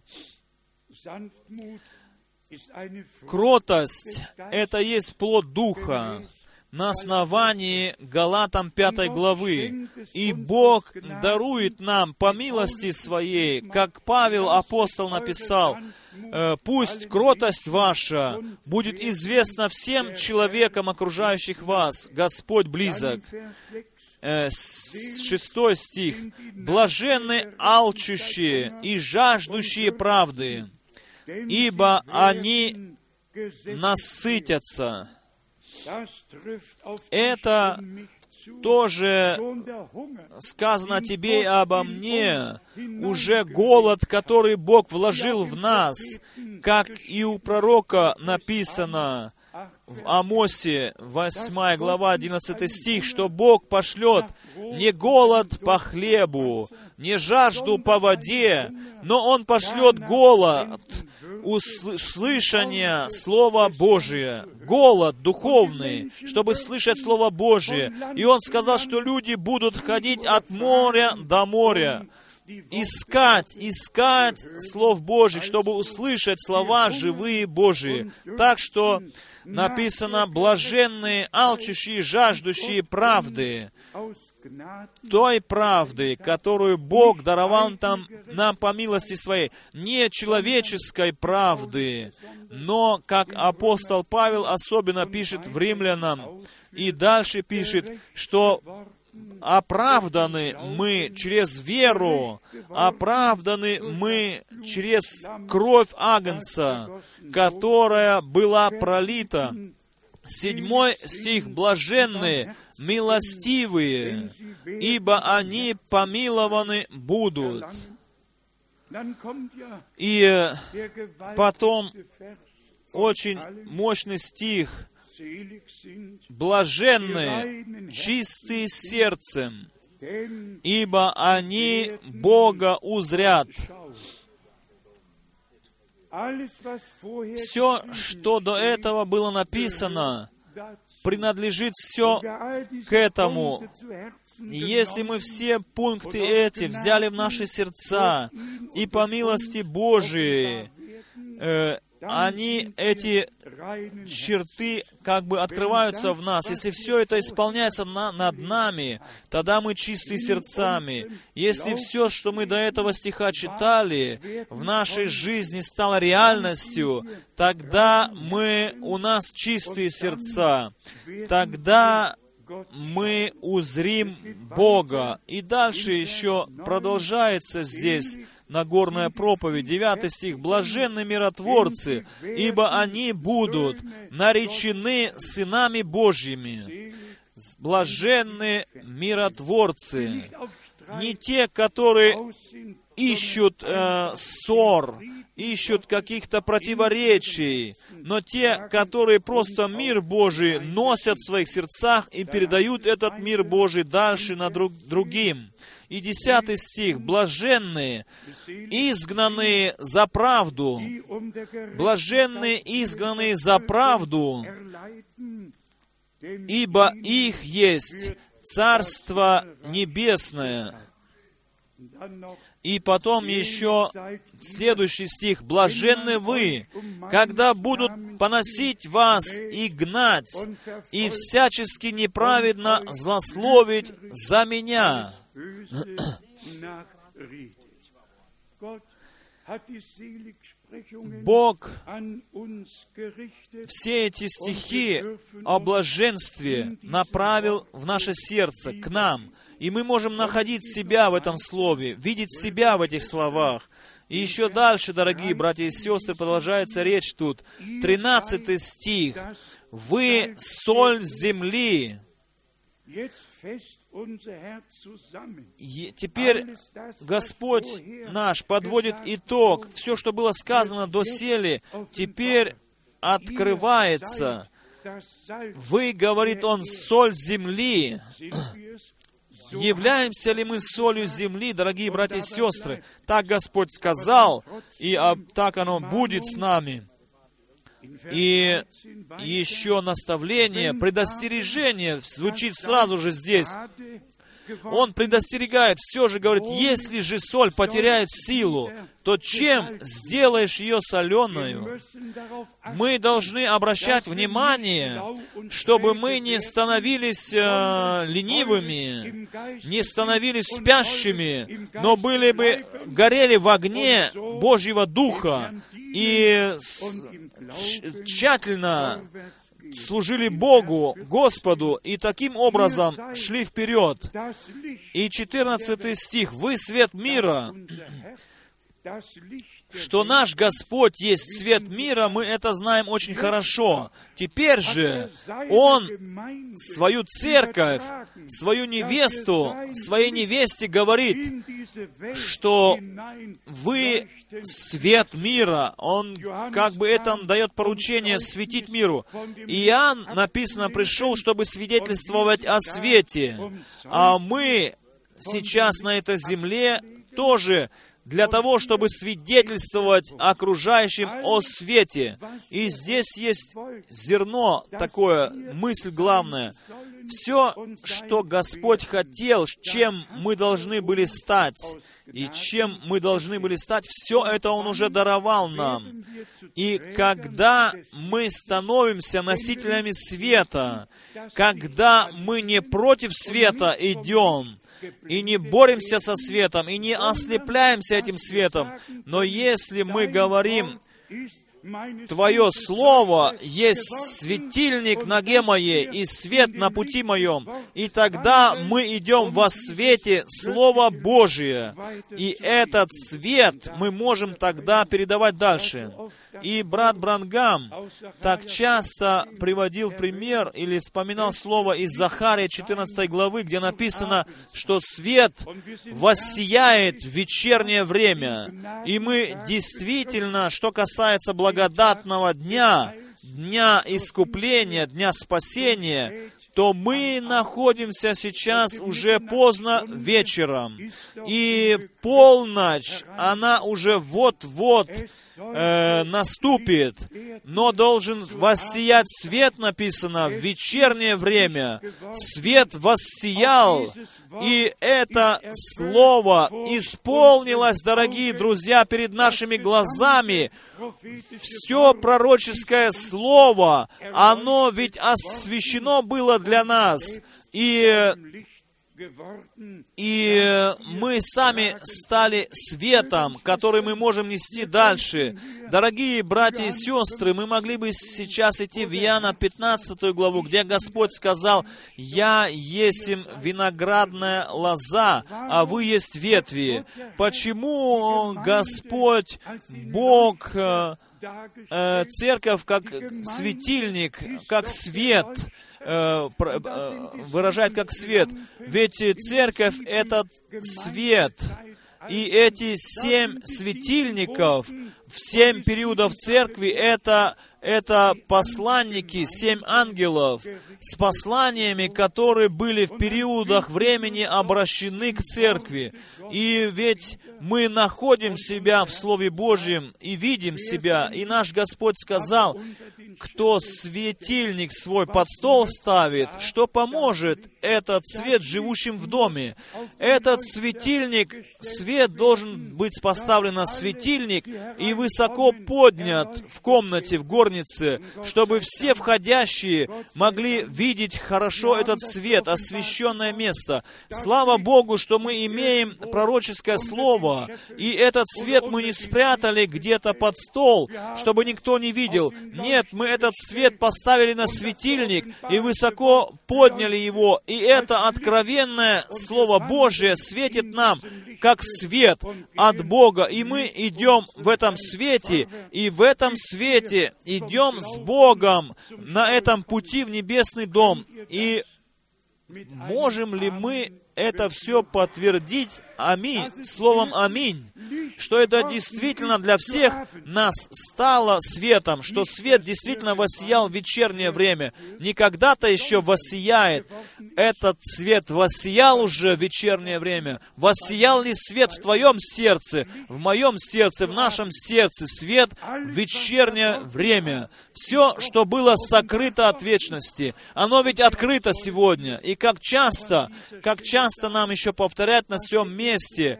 Кротость — это есть плод Духа. На основании Галатам пятой главы. И Бог дарует нам по милости Своей, как Павел апостол написал: «Пусть кротость ваша будет известна всем человекам, окружающих вас. Господь близок». Шестой стих. «Блаженны алчущие и жаждущие правды, ибо они насытятся». Это тоже сказано тебе и обо мне. Уже голод, который Бог вложил в нас, как и у пророка написано в Амосе, восьмая глава, одиннадцатый стих, что Бог пошлет не голод по хлебу, не жажду по воде, но Он пошлет голод услышания Слова Божия, голод духовный, чтобы слышать Слово Божие. И Он сказал, что люди будут ходить от моря до моря, искать, искать Слов Божьих, чтобы услышать слова живые Божии. Так что написано: «Блаженные, алчущие, жаждущие правды», той правды, которую Бог даровал нам, нам по милости Своей, не человеческой правды, но, как апостол Павел особенно пишет в Римлянам, и дальше пишет, что оправданы мы через веру, оправданы мы через кровь Агнца, которая была пролита. Седьмой стих. «Блаженные, милостивые, ибо они помилованы будут». И потом очень мощный стих. «Блаженные, чистые сердцем, ибо они Бога узрят». Все, что до этого было написано, принадлежит все к этому. Если мы все пункты эти взяли в наши сердца, и по милости Божией, э, они, эти черты, как бы открываются в нас. Если все это исполняется на, над нами, тогда мы чисты сердцами. Если все, что мы до этого стиха читали, в нашей жизни стало реальностью, тогда мы, у нас чистые сердца. Тогда мы узрим Бога. И дальше еще продолжается здесь Нагорная проповедь, девятый стих. «Блаженны миротворцы, ибо они будут наречены сынами Божьими». Блаженны миротворцы. Не те, которые ищут э, ссор, ищут каких-то противоречий, но те, которые просто мир Божий носят в своих сердцах и передают этот мир Божий дальше на друг, другим. И десятый стих. «Блаженные, изгнанные за правду, блаженные, изгнанные за правду, ибо их есть Царство Небесное». И потом еще следующий стих. «Блаженны вы, когда будут поносить вас и гнать, и всячески неправедно злословить за Меня». Бог все эти стихи о блаженстве направил в наше сердце, к нам. И мы можем находить себя в этом слове, видеть себя в этих словах. И еще дальше, дорогие братья и сестры, продолжается речь тут. тринадцатый стих. «Вы соль земли». И теперь Господь наш подводит итог. Все, что было сказано доселе, теперь открывается. «Вы, — говорит Он, — соль земли». Являемся ли мы солью земли, дорогие братья и сестры? Так Господь сказал, и а, так оно будет с нами. И еще наставление, предостережение звучит сразу же здесь. Он предостерегает, все же говорит, если же соль потеряет силу, то чем сделаешь ее соленую? Мы должны обращать внимание, чтобы мы не становились э, ленивыми, не становились спящими, но были бы, горели в огне Божьего Духа и тщательно служили Богу, Господу, и таким образом шли вперед. И четырнадцатый стих. «Вы свет мира». Что наш Господь есть свет мира, мы это знаем очень хорошо. Теперь же Он свою церковь, свою невесту, своей невесте говорит, что вы свет мира. Он как бы это дает поручение светить миру. Иоанн, написано, пришел, чтобы свидетельствовать о свете. А мы сейчас на этой земле тоже для того, чтобы свидетельствовать окружающим о свете. И здесь есть зерно такое, мысль главная. Все, что Господь хотел, чем мы должны были стать, и чем мы должны были стать, все это Он уже даровал нам. И когда мы становимся носителями света, когда мы не против света идем, и не боремся со светом, и не ослепляемся этим светом, но если мы говорим, Твое Слово есть светильник ноге моей и свет на пути моем, и тогда мы идем во свете Слова Божия, и этот свет мы можем тогда передавать дальше. И брат Бранхам так часто приводил в пример или вспоминал слово из Захария четырнадцатой главы, где написано, что свет воссияет в вечернее время. И мы действительно, что касается благодатного дня, дня искупления, дня спасения, то мы находимся сейчас уже поздно вечером. И полночь, она уже вот-вот э, наступит. Но должен воссиять свет, написано, в вечернее время. Свет воссиял. И это слово исполнилось, дорогие друзья, перед нашими глазами. Все пророческое слово, оно ведь освящено было для нас. И, и мы сами стали светом, который мы можем нести дальше. Дорогие братья и сестры, мы могли бы сейчас идти в Иоанна пятнадцатую главу, где Господь сказал, «Я есть виноградная лоза, а вы есть ветви». Почему Господь, Бог, э, церковь как светильник, как свет, выражает как свет. Ведь церковь — это свет. И эти семь светильников в семь периодов церкви — это, это посланники, семь ангелов с посланиями, которые были в периодах времени обращены к церкви. И ведь мы находим себя в Слове Божьем и видим себя. И наш Господь сказал: кто светильник свой под стол ставит, что поможет этот свет живущим в доме? Этот светильник, свет должен быть поставлен на светильник и высоко поднят в комнате, в горнице, чтобы все входящие могли видеть хорошо этот свет, освященное место. Слава Богу, что мы имеем пророческое слово, и этот свет мы не спрятали где-то под стол, чтобы никто не видел. Нет, мы этот свет поставили на светильник и высоко подняли его, и это откровенное Слово Божие светит нам, как свет от Бога, и мы идем в этом свете, и в этом свете идем с Богом на этом пути в небесный дом. И можем ли мы это все подтвердить аминь, словом аминь, что это действительно для всех нас стало светом, что свет действительно воссиял в вечернее время. Не когда-то еще воссияет. Этот свет воссиял уже в вечернее время. Воссиял ли свет в твоем сердце, в моем сердце, в нашем сердце свет в вечернее время? Все, что было сокрыто от вечности, оно ведь открыто сегодня. И как часто, как часто нам еще повторять на всем месте,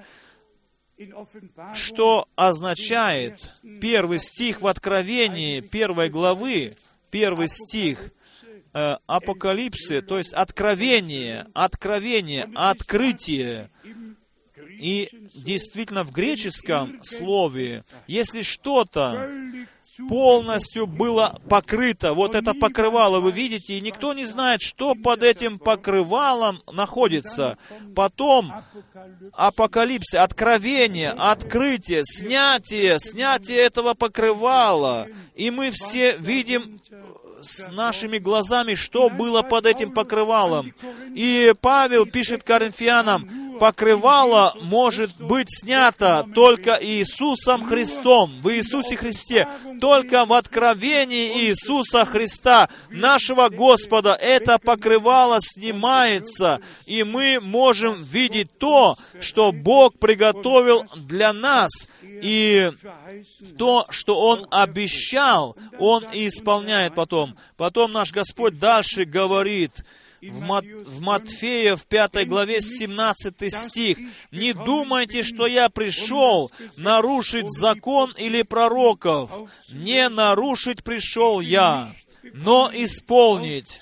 что означает первый стих в Откровении первой главы, первый стих э, Апокалипсы, то есть откровение, откровение, открытие. И действительно в греческом слове, если что-то полностью было покрыто, вот это покрывало, вы видите, и никто не знает, что под этим покрывалом находится. Потом Апокалипсис, откровение, открытие, снятие, снятие этого покрывала. И мы все видим с нашими глазами, что было под этим покрывалом. И Павел пишет Коринфянам: покрывало может быть снято только Иисусом Христом, в Иисусе Христе. Только в откровении Иисуса Христа, нашего Господа, это покрывало снимается, и мы можем видеть то, что Бог приготовил для нас, и то, что Он обещал, Он и исполняет потом. Потом наш Господь дальше говорит, В, Мат, в Матфея, в пятой главе, семнадцатый стих. «Не думайте, что я пришел нарушить закон или пророков. Не нарушить пришел я, но исполнить».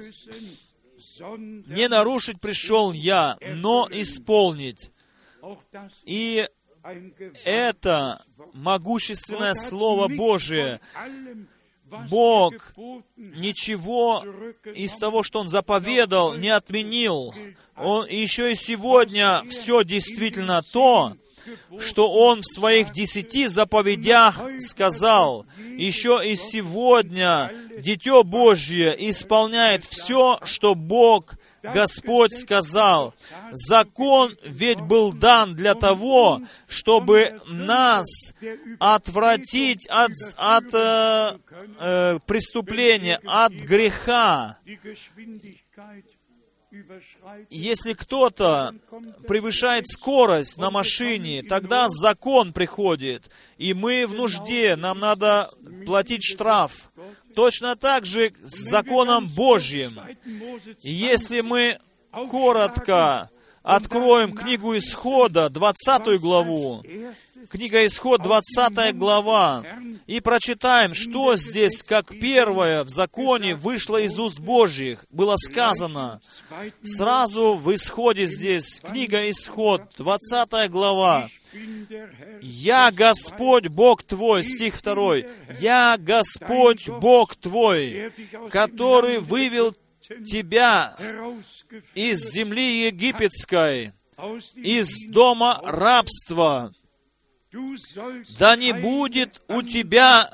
Не нарушить пришел я, но исполнить. И это могущественное Слово Божие. Бог ничего из того, что Он заповедал, не отменил. Он еще и сегодня все действительно то, что Он в своих десяти заповедях сказал. Еще и сегодня Дитё Божье исполняет все, что Бог, Господь сказал. Закон ведь был дан для того, чтобы нас отвратить от, от э, э, преступления, от греха. Если кто-то превышает скорость на машине, тогда закон приходит, и мы в нужде, нам надо платить штраф. Точно так же с законом Божьим. Если мы коротко откроем книгу Исхода, двадцатую главу, книга Исход, двадцатая глава, и прочитаем, что здесь, как первое в законе, вышло из уст Божьих, было сказано. Сразу в Исходе здесь, книга Исход, двадцатая глава. «Я Господь Бог твой», стих второй, «Я Господь Бог твой, который вывел тебя из земли египетской, из дома рабства. Да не будет у тебя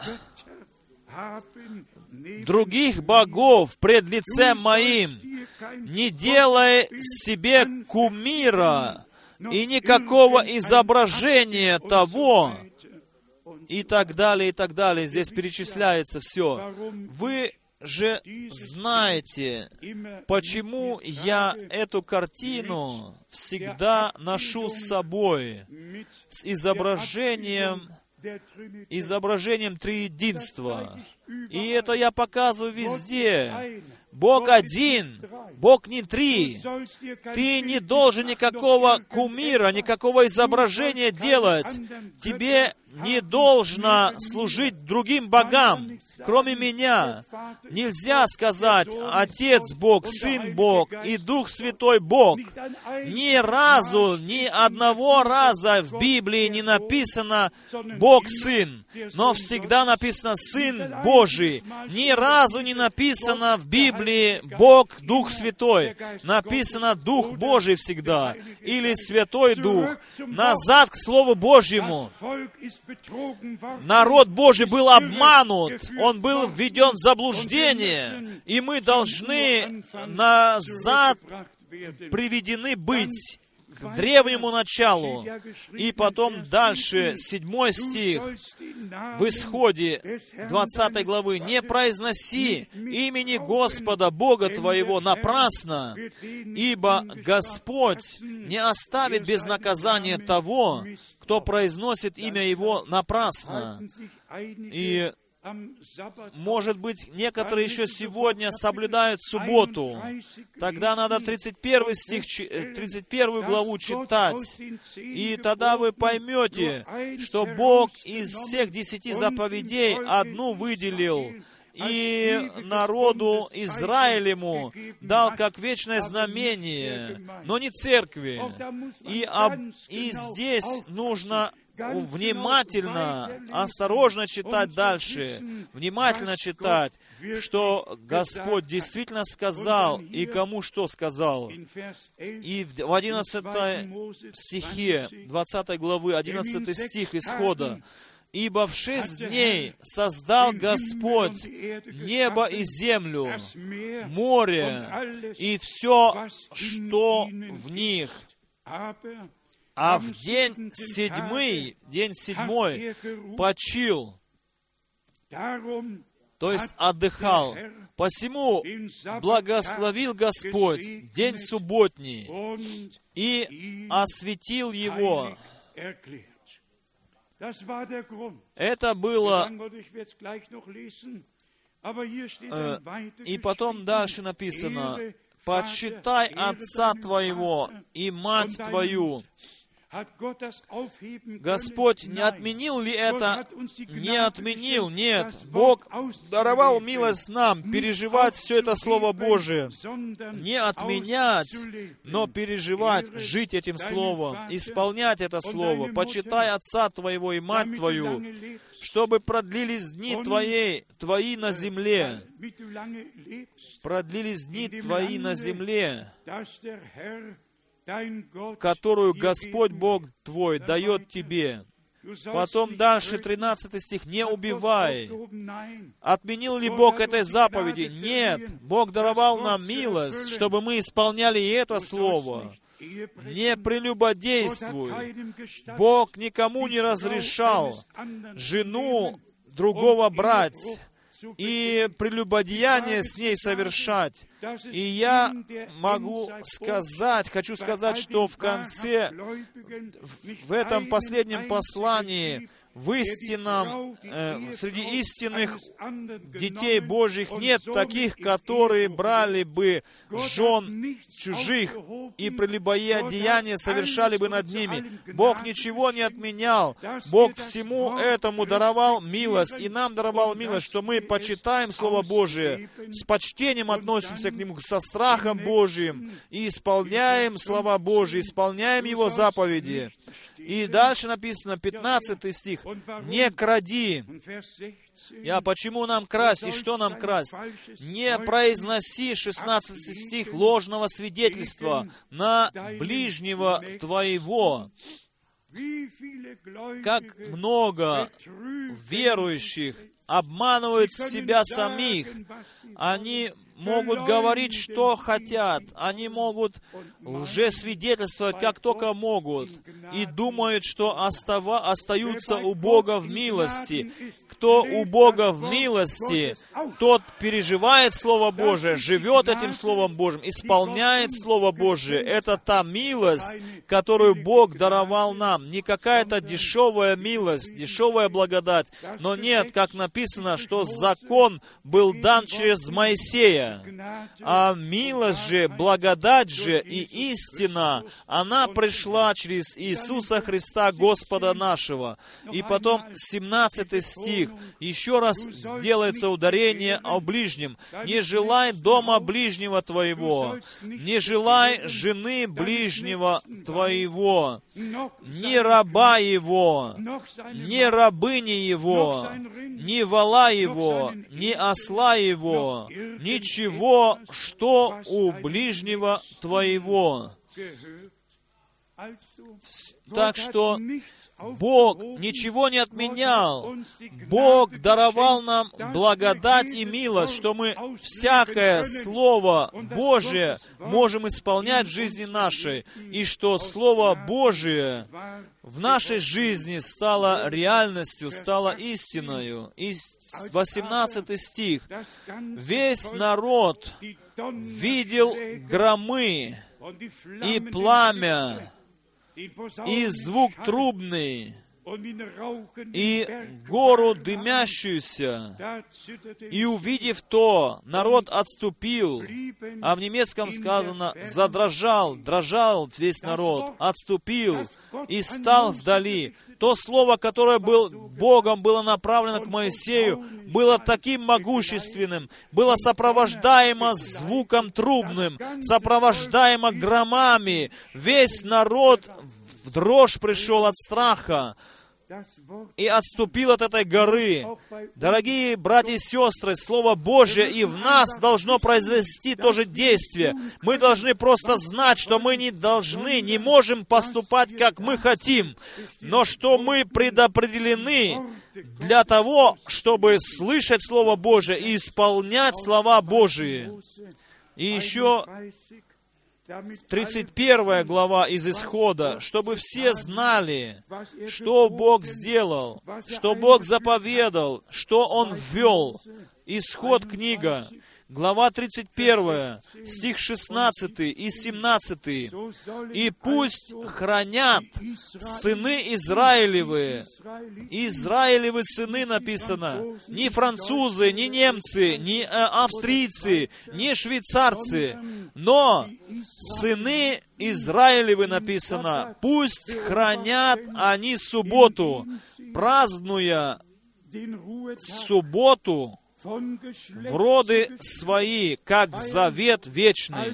других богов пред лицем моим, не делай себе кумира, и никакого изображения того, и так далее, и так далее. Здесь перечисляется все. Вы же знаете, почему я эту картину всегда ношу с собой, с изображением, изображением триединства. И это я показываю везде. Бог один, Бог не три. Ты не должен никакого кумира, никакого изображения делать. Тебе не должно служить другим богам, кроме меня. Нельзя сказать Отец Бог, Сын Бог и Дух Святой Бог. Ни разу, ни одного раза в Библии не написано Бог Сын, но всегда написано Сын Божий. Ни разу не написано в Библии Бог Дух Святой. Написано Дух Божий всегда, или Святой Дух. Назад к Слову Божьему. Народ Божий был обманут, он был введен в заблуждение, и мы должны назад приведены быть к древнему началу. И потом дальше, седьмой стих, в Исходе двадцатой главы. «Не произноси имени Господа Бога твоего напрасно, ибо Господь не оставит без наказания того, кто произносит имя Его напрасно». И, может быть, некоторые еще сегодня соблюдают субботу. Тогда надо тридцать первый стих, тридцать первую главу читать. И тогда вы поймете, что Бог из всех десяти заповедей одну выделил, и народу Израилеву дал как вечное знамение, но не церкви. И, об, и здесь нужно внимательно, осторожно читать дальше, внимательно читать, что Господь действительно сказал, и кому что сказал. И в одиннадцатом стихе двадцатой главы, одиннадцатый стих Исхода, «Ибо в шесть дней создал Господь небо и землю, море и все, что в них. А в день седьмой, день седьмой, почил», то есть отдыхал. «Посему благословил Господь день субботний и осветил его». Это было... Э, и потом дальше написано: «Почитай отца твоего и мать твою». Господь не отменил ли это? Не отменил, нет. Бог даровал милость нам переживать все это Слово Божие. Не отменять, но переживать, жить этим Словом, исполнять это Слово. «Почитай отца твоего и мать твою, чтобы продлились дни твоей, твои на земле». Продлились дни твои на земле, которую Господь Бог твой дает тебе. Потом дальше, тринадцатый стих. «Не убивай». Отменил ли Бог этой заповеди? Нет. Бог даровал нам милость, чтобы мы исполняли и это слово. «Не прелюбодействуй». Бог никому не разрешал жену другого брать и прелюбодеяние с ней совершать. И я могу сказать, хочу сказать, что в конце, в этом последнем послании, в истинном, э, среди истинных детей Божьих нет таких, которые брали бы жен чужих и прелюбодеяния совершали бы над ними. Бог ничего не отменял. Бог всему этому даровал милость, и нам даровал милость, что мы почитаем Слово Божие, с почтением относимся к нему, со страхом Божьим, и исполняем слова Божьи, исполняем Его заповеди. И дальше написано, пятнадцатый стих, «Не кради». А почему нам красть и что нам красть? «Не произноси», шестнадцатый стих, «ложного свидетельства на ближнего твоего». Как много верующих обманывают себя самих. Они могут говорить, что хотят. Они могут лжесвидетельствовать, как только могут. И думают, что остава, остаются у Бога в милости. Кто у Бога в милости, тот переживает Слово Божие, живет этим Словом Божьим, исполняет Слово Божие. Это та милость, которую Бог даровал нам. Не какая-то дешевая милость, дешевая благодать. Но нет, как написано, что закон был дан через Моисея. А милость же, благодать же и истина, она пришла через Иисуса Христа, Господа нашего. И потом семнадцатый стих. Еще раз делается ударение о ближнем. «Не желай дома ближнего твоего, не желай жены ближнего твоего, ни раба его, ни рабыни его, ни вола его, ни осла его, ничего, что у ближнего твоего». Так что Бог ничего не отменял. Бог даровал нам благодать и милость, что мы всякое Слово Божие можем исполнять в жизни нашей, и что Слово Божие в нашей жизни стало реальностью, стало истиною. И восемнадцатый стих. «Весь народ видел громы и пламя, и звук трубный, и гору дымящуюся, и увидев то, народ отступил». А в немецком сказано «задрожал», дрожал весь народ, отступил и стал вдали. То слово, которое был Богом было направлено к Моисею, было таким могущественным, было сопровождаемо звуком трубным, сопровождаемо громами. Весь народ в дрожь пришел от страха и отступил от этой горы. Дорогие братья и сестры, Слово Божие и в нас должно произвести то же действие. Мы должны просто знать, что мы не должны, не можем поступать, как мы хотим, но что мы предопределены для того, чтобы слышать Слово Божие и исполнять слова Божии. И еще тридцать первая глава из Исхода, чтобы все знали, что Бог сделал, что Бог заповедал, что Он ввел. Исход книга, глава тридцать первая, стих шестнадцатый и семнадцатый. «И пусть хранят сыны Израилевы». Израилевы сыны написано. Не французы, не немцы, не австрийцы, не швейцарцы, но сыны Израилевы написано. Пусть хранят они субботу, празднуя субботу в роды свои, как завет вечный.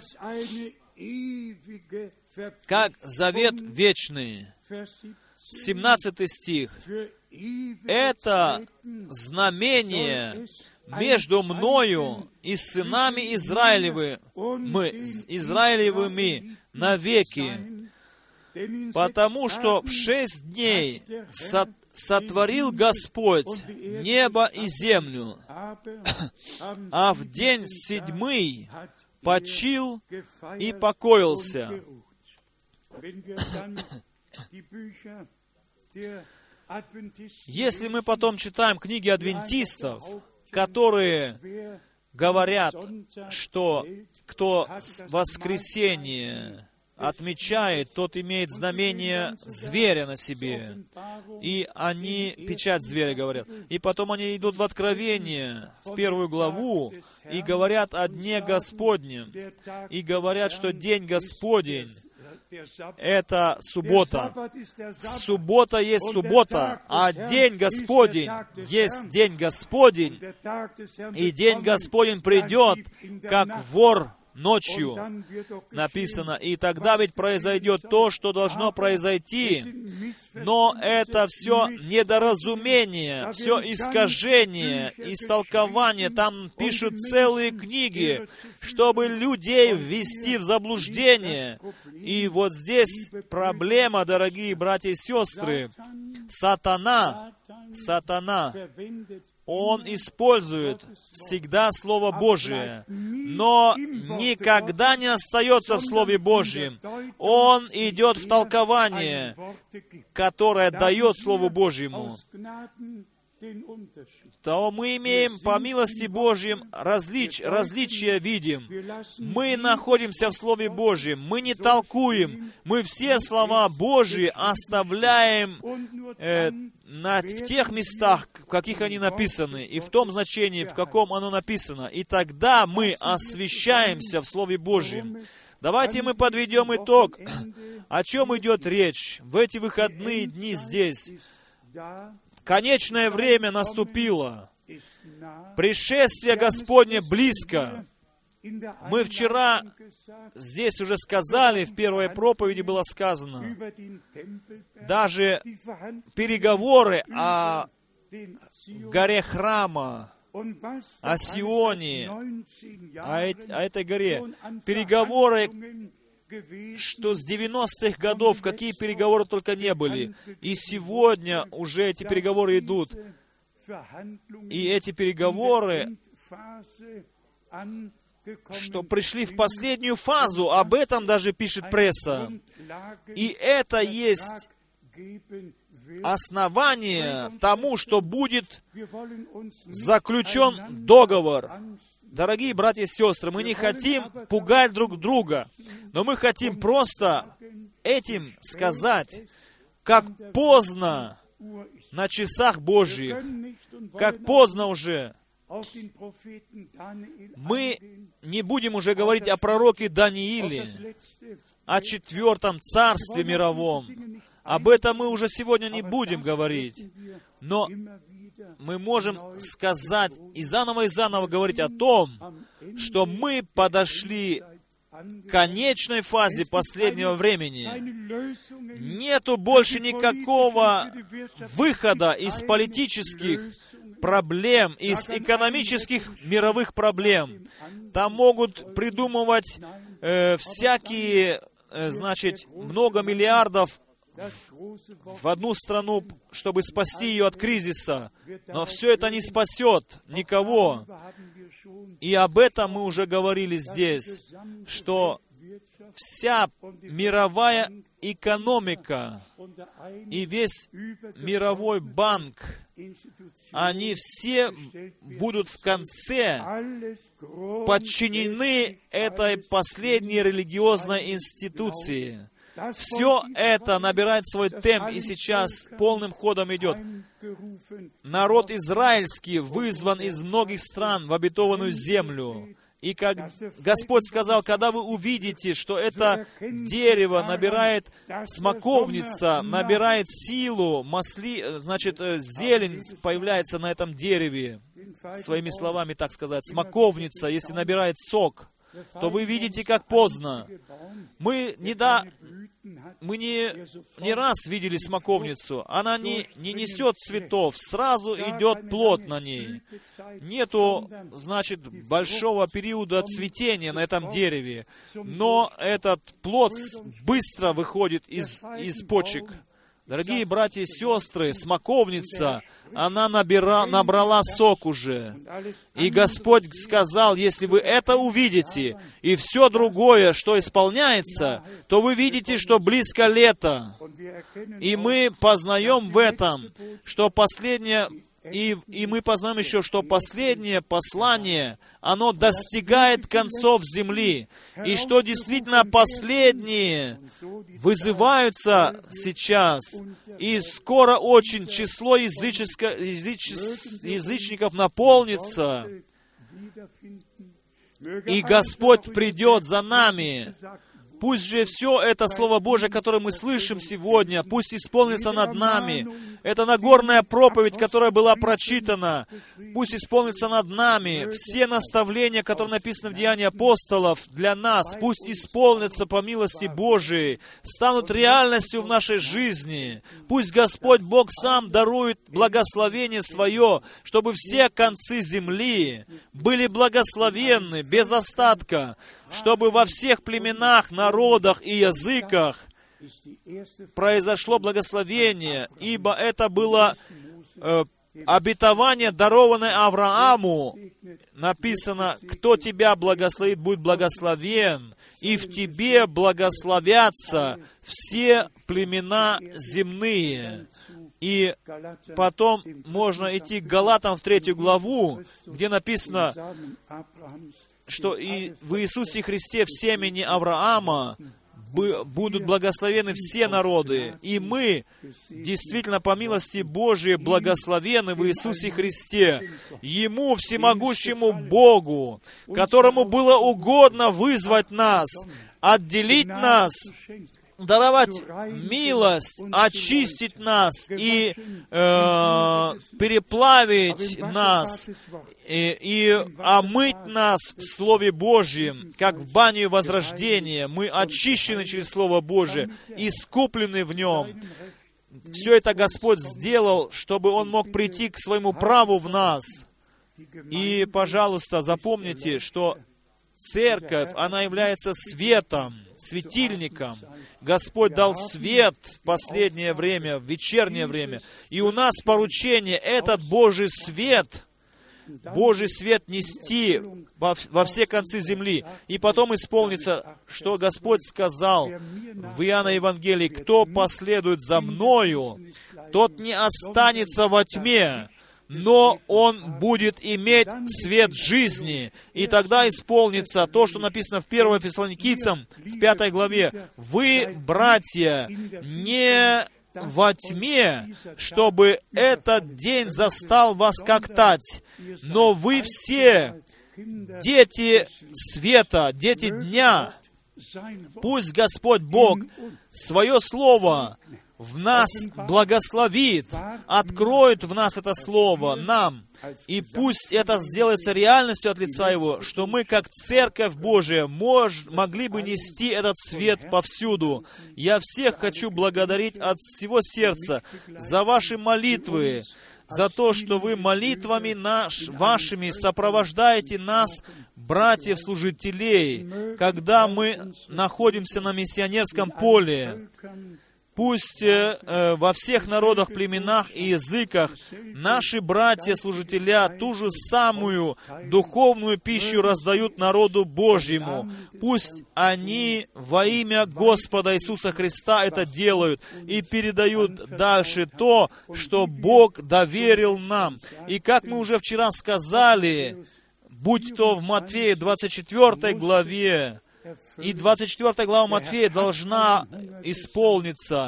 Как завет вечный. семнадцатый стих. «Это знамение между мною и сынами Израилевы, мы, Израилевыми навеки, потому что в шесть дней со, сотворил Господь небо и землю, а в день седьмый почил и покоился». Если мы потом читаем книги адвентистов, которые говорят, что кто воскресенье отмечает, тот имеет знамение зверя на себе. И они, печать зверя говорят. И потом они идут в Откровение, в первую главу, и говорят о Дне Господнем. И говорят, что День Господень — это суббота. Суббота есть суббота, а День Господень есть День Господень. И День Господень придет, как вор ночью, написано. И тогда ведь произойдет то, что должно произойти. Но это все недоразумение, все искажение, истолкование. Там пишут целые книги, чтобы людей ввести в заблуждение. И вот здесь проблема, дорогие братья и сестры. Сатана, сатана Он использует всегда Слово Божие, но никогда не остается в Слове Божьем. Он идет в толкование, которое дает Слову Божьему. То мы имеем, по милости Божьим, различ, различия видим. Мы находимся в Слове Божьем, мы не толкуем, мы все слова Божьи оставляем э, на, в тех местах, в каких они написаны, и в том значении, в каком оно написано. И тогда мы освящаемся в Слове Божьем. Давайте мы подведем итог. О чем идет речь в эти выходные дни здесь? Конечное время наступило. Пришествие Господне близко. Мы вчера здесь уже сказали, в первой проповеди было сказано, даже переговоры о горе храма, о Сионе, о, о этой горе, переговоры, что с девяностых годов, какие переговоры только не были. И сегодня уже эти переговоры идут. И эти переговоры, что пришли в последнюю фазу, об этом даже пишет пресса. И это есть основание тому, что будет заключен договор. Дорогие братья и сестры, мы не хотим пугать друг друга, но мы хотим просто этим сказать, как поздно на часах Божьих, как поздно уже. Мы не будем уже говорить о пророке Данииле, о четвертом царстве мировом. Об этом мы уже сегодня не будем говорить. Но мы можем сказать и заново и заново говорить о том, что мы подошли к конечной фазе последнего времени. Нету больше никакого выхода из политических проблем, из экономических мировых проблем. Там могут придумывать э, всякие, э, значит, много миллиардов в одну страну, чтобы спасти ее от кризиса. Но все это не спасет никого. И об этом мы уже говорили здесь, что вся мировая экономика и весь мировой банк, они все будут в конце подчинены этой последней религиозной институции. Все это набирает свой темп и сейчас полным ходом идет. Народ израильский вызван из многих стран в обетованную землю. И как Господь сказал, когда вы увидите, что это дерево набирает, смоковница, набирает силу, масли, значит, зелень появляется на этом дереве, своими словами так сказать, смоковница, если набирает сок, то вы видите, как поздно. Мы не, да, мы не, не раз видели смоковницу. Она не, не несет цветов, сразу идет плод на ней. Нету, значит, большого периода цветения на этом дереве. Но этот плод быстро выходит из, из почек. Дорогие братья и сестры, смоковница, она набира, набрала сок уже. И Господь сказал, если вы это увидите, и все другое, что исполняется, то вы видите, что близко лето. И мы познаем в этом, что последнее... И, и мы познаем еще, что последнее послание, оно достигает концов земли. И что действительно последние вызываются сейчас. И скоро очень число языческо, языч, язычников наполнится. И Господь придет за нами. Пусть же все это Слово Божие, которое мы слышим сегодня, пусть исполнится над нами. Это Нагорная проповедь, которая была прочитана, пусть исполнится над нами. Все наставления, которые написаны в Деянии апостолов для нас, пусть исполнятся по милости Божией, станут реальностью в нашей жизни. Пусть Господь Бог сам дарует благословение свое, чтобы все концы земли были благословенны, без остатка, чтобы во всех племенах, народах и языках произошло благословение, ибо это было э, обетование, дарованное Аврааму, написано: «Кто тебя благословит, будет благословен, и в тебе благословятся все племена земные». И потом можно идти к Галатам в третью главу, где написано, что и в Иисусе Христе в семени Авраама будут благословены все народы. И мы, действительно, по милости Божией, благословены в Иисусе Христе. Ему, всемогущему Богу, которому было угодно вызвать нас, отделить нас, даровать милость, очистить нас и э, переплавить нас, и, и омыть нас в Слове Божьем, как в баню возрождения. Мы очищены через Слово Божие, искуплены в Нем. Все это Господь сделал, чтобы Он мог прийти к своему праву в нас. И, пожалуйста, запомните, что Церковь, она является светом, светильником. Господь дал свет в последнее время, в вечернее время. И у нас поручение этот Божий свет, Божий свет нести во, во все концы земли. И потом исполнится, что Господь сказал в Иоанна Евангелии: «Кто последует за Мною, тот не останется во тьме, но он будет иметь свет жизни». И тогда исполнится то, что написано в первом Фессалоникийцам, в пятой главе. «Вы, братья, не во тьме, чтобы этот день застал вас как тать, но вы все дети света, дети дня». Пусть Господь Бог свое Слово в нас благословит, откроет в нас это Слово, нам. И пусть это сделается реальностью от лица Его, что мы, как Церковь Божия, мож, могли бы нести этот свет повсюду. Я всех хочу благодарить от всего сердца за ваши молитвы, за то, что вы молитвами наш, вашими сопровождаете нас, братьев-служителей, когда мы находимся на миссионерском поле. Пусть э, во всех народах, племенах и языках наши братья-служителя ту же самую духовную пищу раздают народу Божьему. Пусть они во имя Господа Иисуса Христа это делают и передают дальше то, что Бог доверил нам. И как мы уже вчера сказали, будь то в Матфея двадцать четвёртой главе, и двадцать четвёртая глава Матфея должна исполниться.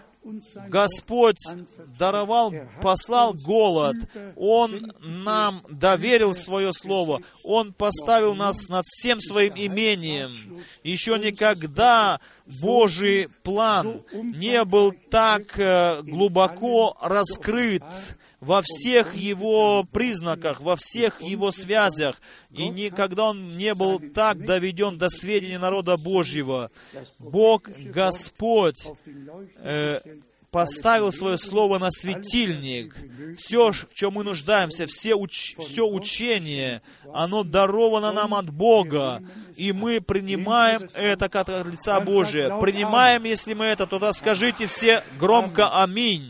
Господь даровал, послал голод. Он нам доверил свое Слово. Он поставил нас над всем своим имением. Еще никогда Божий план не был так глубоко раскрыт во всех его признаках, во всех его связях. И никогда он не был так доведен до сведения народа Божьего. Бог, Господь, э, поставил свое Слово на светильник. Все, в чем мы нуждаемся, все, уч, все учение, оно даровано нам от Бога. И мы принимаем это как от лица Божия. Принимаем, если мы это, тогда скажите все громко «Аминь».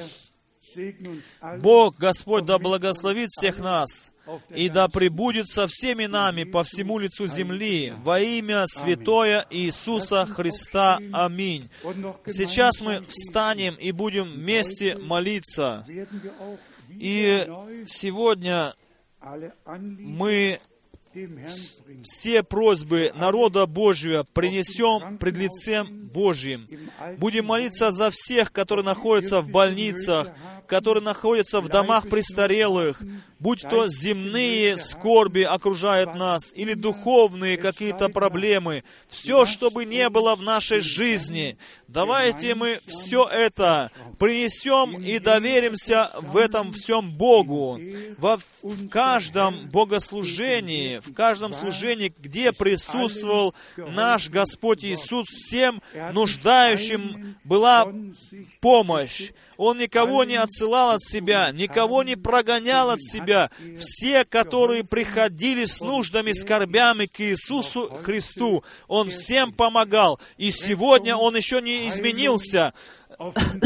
Бог, Господь, да благословит всех нас, и да пребудет со всеми нами по всему лицу земли, во имя Святое Иисуса Христа. Аминь. Сейчас мы встанем и будем вместе молиться. И сегодня мы все просьбы народа Божьего принесем пред лицем Божьим. Будем молиться за всех, которые находятся в больницах, которые находятся в домах престарелых, будь то земные скорби окружают нас, или духовные какие-то проблемы, все, что бы не было в нашей жизни, давайте мы все это принесем и доверимся в этом всем Богу. Во, в каждом богослужении, в каждом служении, где присутствовал наш Господь Иисус, всем нуждающим была помощь. Он никого не отсылал от себя, никого не прогонял от себя. Все, которые приходили с нуждами, скорбями к Иисусу Христу, Он всем помогал. И сегодня Он еще не изменился.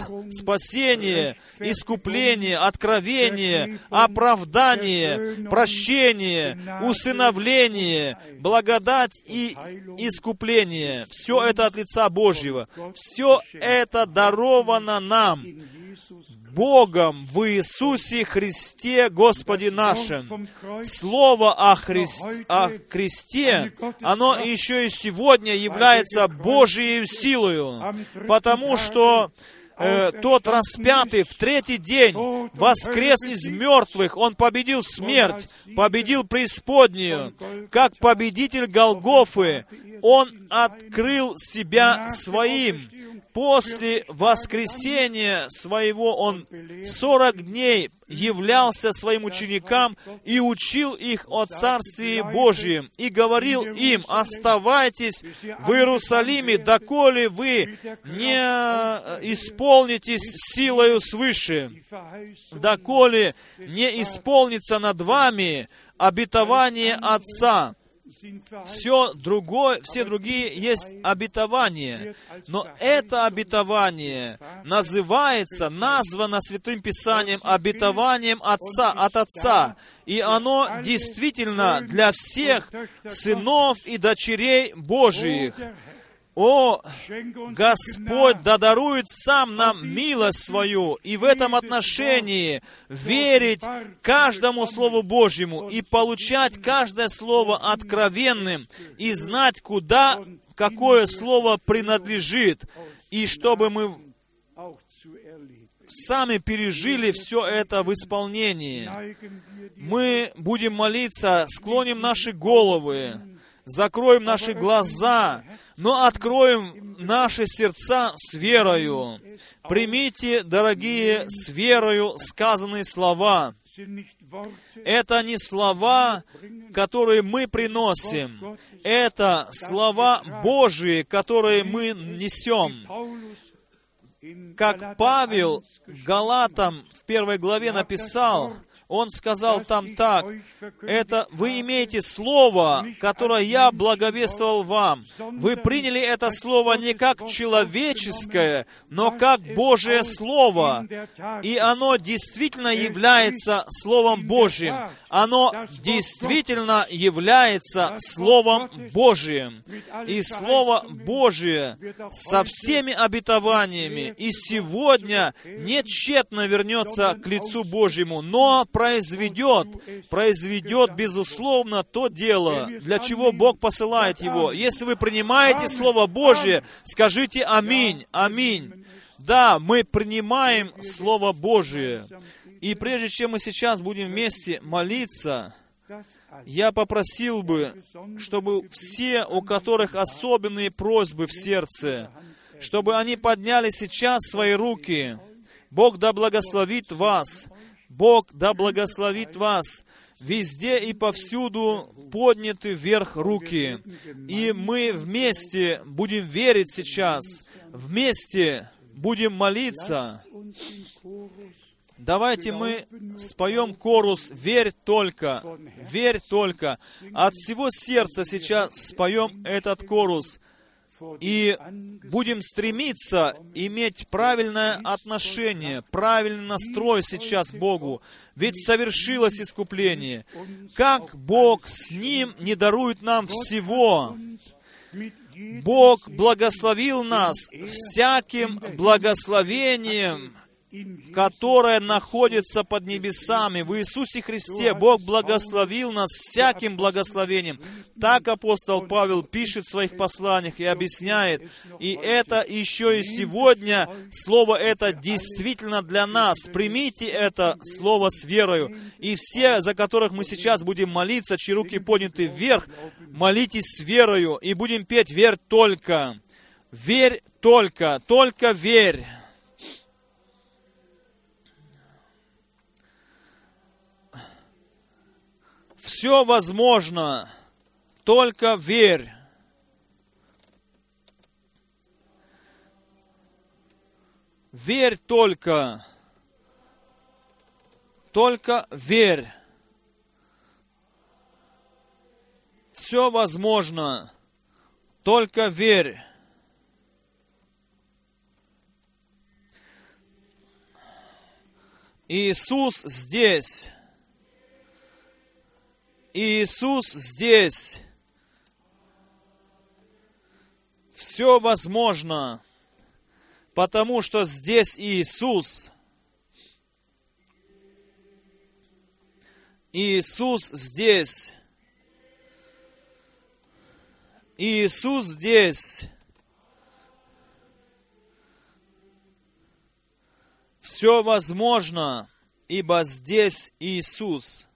спасение, искупление, откровение, оправдание, прощение, усыновление, благодать и искупление. Все это от лица Божьего. Все это даровано нам Богом в Иисусе Христе Господе нашим. Слово о, Христ... о кресте, оно еще и сегодня является Божией силою, потому что э, тот распятый в третий день воскрес из мертвых, Он победил смерть, победил преисподнюю. Как победитель Голгофы, Он открыл себя своим. После воскресения своего Он сорок дней являлся своим ученикам и учил их о Царстве Божьем, и говорил им: оставайтесь в Иерусалиме, доколе вы не исполнитесь силою свыше, доколе не исполнится над вами обетование Отца. Все другое, все другие есть обетования, но это обетование называется, названо Святым Писанием обетованием Отца, от Отца. И оно действительно для всех сынов и дочерей Божиих. О, Господь да дарует сам нам милость свою, и в этом отношении верить каждому Слову Божьему и получать каждое Слово откровенным, и знать, куда какое Слово принадлежит, и чтобы мы сами пережили все это в исполнении. Мы будем молиться, склоним наши головы, закроем наши глаза, но откроем наши сердца с верою. Примите, дорогие, с верою сказанные слова. Это не слова, которые мы приносим. Это слова Божии, которые мы несем. Как Павел Галатам в первой главе написал, он сказал там так: это вы имеете слово, которое я благовествовал вам. Вы приняли это слово не как человеческое, но как Божие Слово. И оно действительно является Словом Божьим. Оно действительно является Словом Божьим. И Слово Божие со всеми обетованиями и сегодня не тщетно вернется к лицу Божьему, но произведет, произведет, безусловно, то дело, для чего Бог посылает его. Если вы принимаете Слово Божие, скажите «Аминь», «Аминь». Да, мы принимаем Слово Божие. И прежде чем мы сейчас будем вместе молиться, я попросил бы, чтобы все, у которых особенные просьбы в сердце, чтобы они подняли сейчас свои руки. Бог да благословит вас. Бог да благословит вас. Везде и повсюду подняты вверх руки. И мы вместе будем верить сейчас. Вместе будем молиться. Давайте мы споем хорус «Верь только», «Верь только». От всего сердца сейчас споем этот хорус. И будем стремиться иметь правильное отношение, правильный настрой сейчас к Богу. Ведь совершилось искупление. Как Бог с Ним не дарует нам всего? Бог благословил нас всяким благословением, которое находится под небесами. В Иисусе Христе Бог благословил нас всяким благословением. Так апостол Павел пишет в своих посланиях и объясняет. И это еще и сегодня Слово это действительно для нас. Примите это Слово с верою. И все, за которых мы сейчас будем молиться, чьи руки подняты вверх, молитесь с верою. И будем петь «Верь только». Верь только, только верь. Все возможно, только верь. Верь только. Только верь. Все возможно, только верь. Иисус здесь. Иисус здесь. Все возможно, потому что здесь Иисус. Иисус здесь. Иисус здесь. Все возможно, ибо здесь Иисус.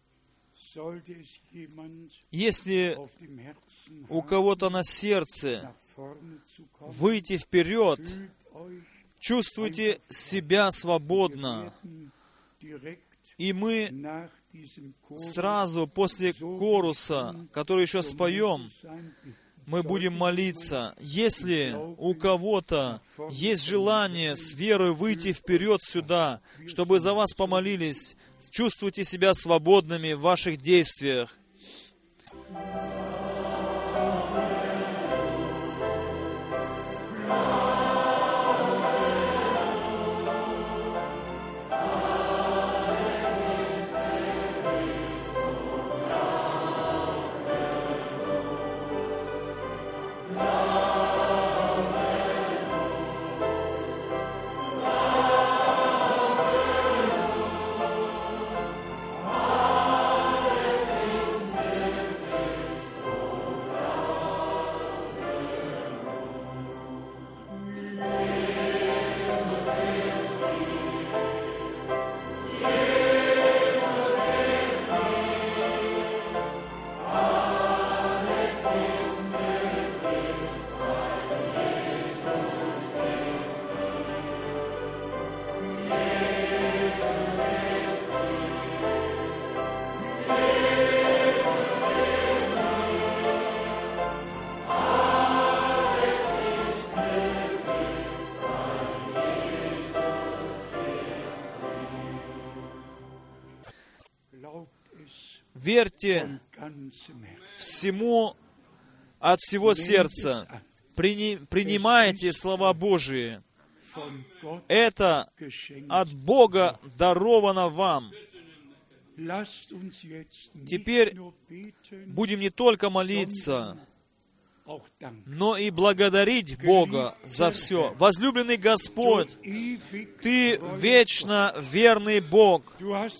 Если у кого-то на сердце выйти вперед, чувствуйте себя свободно. И мы сразу после коруса, который еще споем, мы будем молиться. Если у кого-то есть желание с верой выйти вперед сюда, чтобы за вас помолились, чувствуйте себя свободными в ваших действиях. Верьте всему от всего сердца. Прини, принимайте слова Божии. Это от Бога даровано вам. Теперь будем не только молиться, но и благодарить Бога за все. Возлюбленный Господь, Ты вечно верный Бог.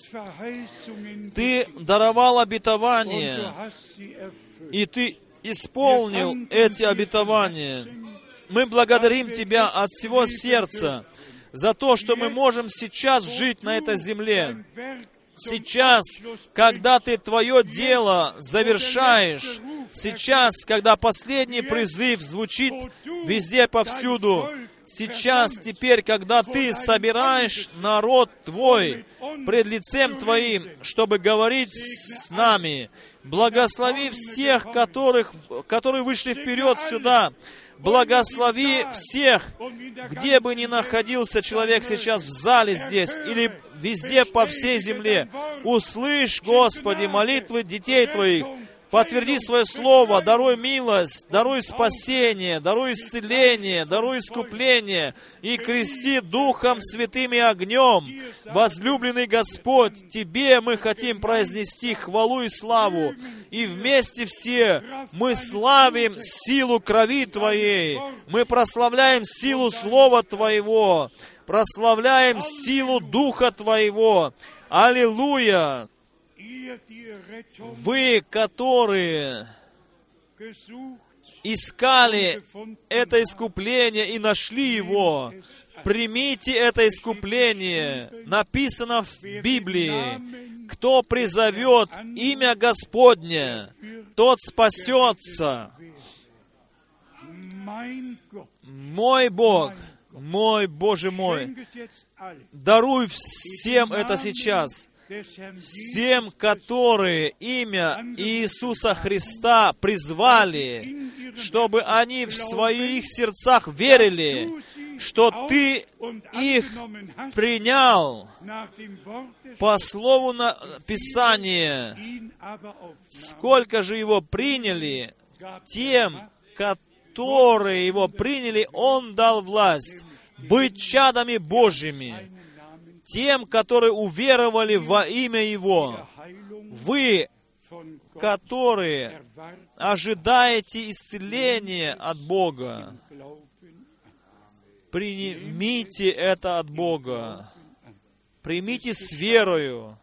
Ты даровал обетование, и Ты исполнил эти обетования. Мы благодарим Тебя от всего сердца за то, что мы можем сейчас жить на этой земле. Сейчас, когда Ты Твое дело завершаешь, сейчас, когда последний призыв звучит везде, повсюду, сейчас, теперь, когда Ты собираешь народ Твой пред лицем Твоим, чтобы говорить с нами, благослови всех, которых, которые вышли вперед сюда, благослови всех, где бы ни находился человек сейчас в зале здесь или везде по всей земле. Услышь, Господи, молитвы детей Твоих. Подтверди свое слово, даруй милость, даруй спасение, даруй исцеление, даруй искупление и крести Духом Святым и огнем. Возлюбленный Господь, Тебе мы хотим произнести хвалу и славу. И вместе все мы славим силу крови Твоей. Мы прославляем силу Слова Твоего. Прославляем силу Духа Твоего. Аллилуйя! Вы, которые искали это искупление и нашли его, примите это искупление. Написано в Библии: кто призовет имя Господне, тот спасется. Мой Бог, мой Боже мой, даруй всем это сейчас. Всем, которые имя Иисуса Христа призвали, чтобы они в своих сердцах верили, что Ты их принял по слову Писания. Сколько же его приняли, тем, которые его приняли, Он дал власть быть чадами Божьими, тем, которые уверовали во имя Его. Вы, которые ожидаете исцеления от Бога, примите это от Бога. Примите с верою.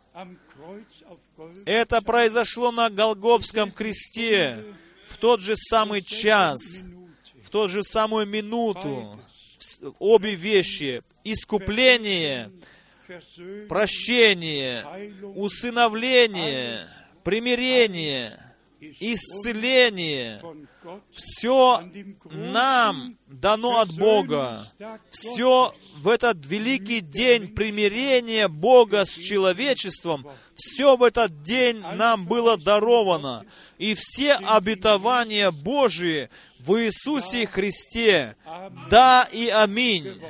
Это произошло на Голгофском кресте в тот же самый час, в ту же самую минуту. Обе вещи — искупление, прощение, усыновление, примирение, исцеление — все нам дано от Бога. Все в этот великий день примирения Бога с человечеством, все в этот день нам было даровано. И все обетования Божии в Иисусе Христе. Да и аминь.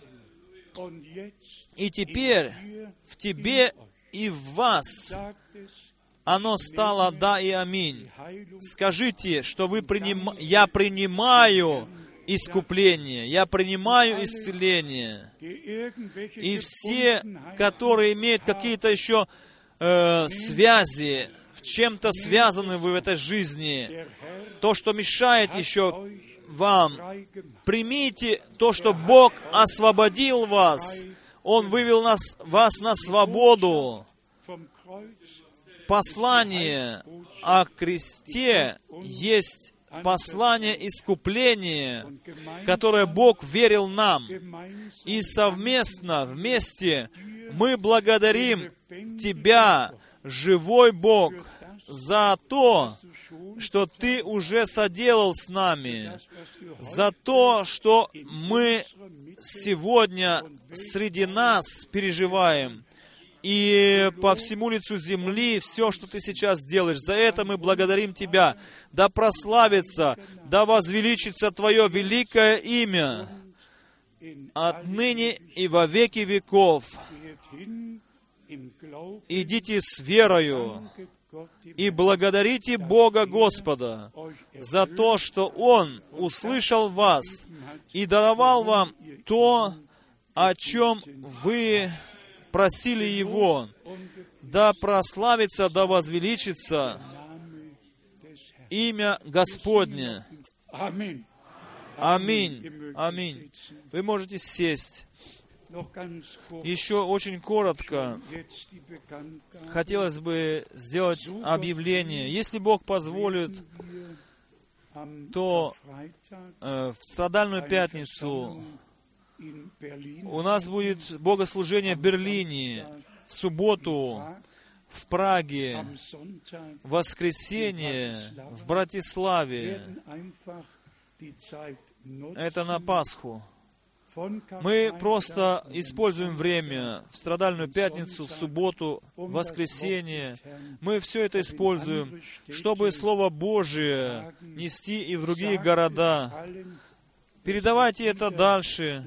И теперь в тебе и в вас оно стало да и аминь. Скажите, что вы приним... я принимаю искупление, я принимаю исцеление. И все, которые имеют какие-то еще э, связи, в чем-то связаны вы в этой жизни, то, что мешает еще вам, примите то, что Бог освободил вас. Он вывел нас, вас на свободу. Послание о кресте есть послание искупления, которое Бог верил нам. И совместно, вместе, мы благодарим Тебя, живой Бог, за то, что Ты уже соделал с нами, за то, что мы сегодня среди нас переживаем, и по всему лицу земли все, что Ты сейчас делаешь. За это мы благодарим Тебя. Да прославится, да возвеличится Твое великое имя отныне и во веки веков. Идите с верою и благодарите Бога Господа за то, что Он услышал вас и даровал вам то, о чем вы просили Его. Да прославится, да возвеличится имя Господне. Аминь. Аминь. Вы можете сесть. Еще очень коротко хотелось бы сделать объявление. Если Бог позволит, то э, в Страдальную пятницу у нас будет богослужение в Берлине, в субботу в Праге, в воскресенье в Братиславе. Это на Пасху. Мы просто используем время в Страдальную пятницу, в субботу, в воскресенье. Мы все это используем, чтобы Слово Божие нести и в другие города. Передавайте это дальше.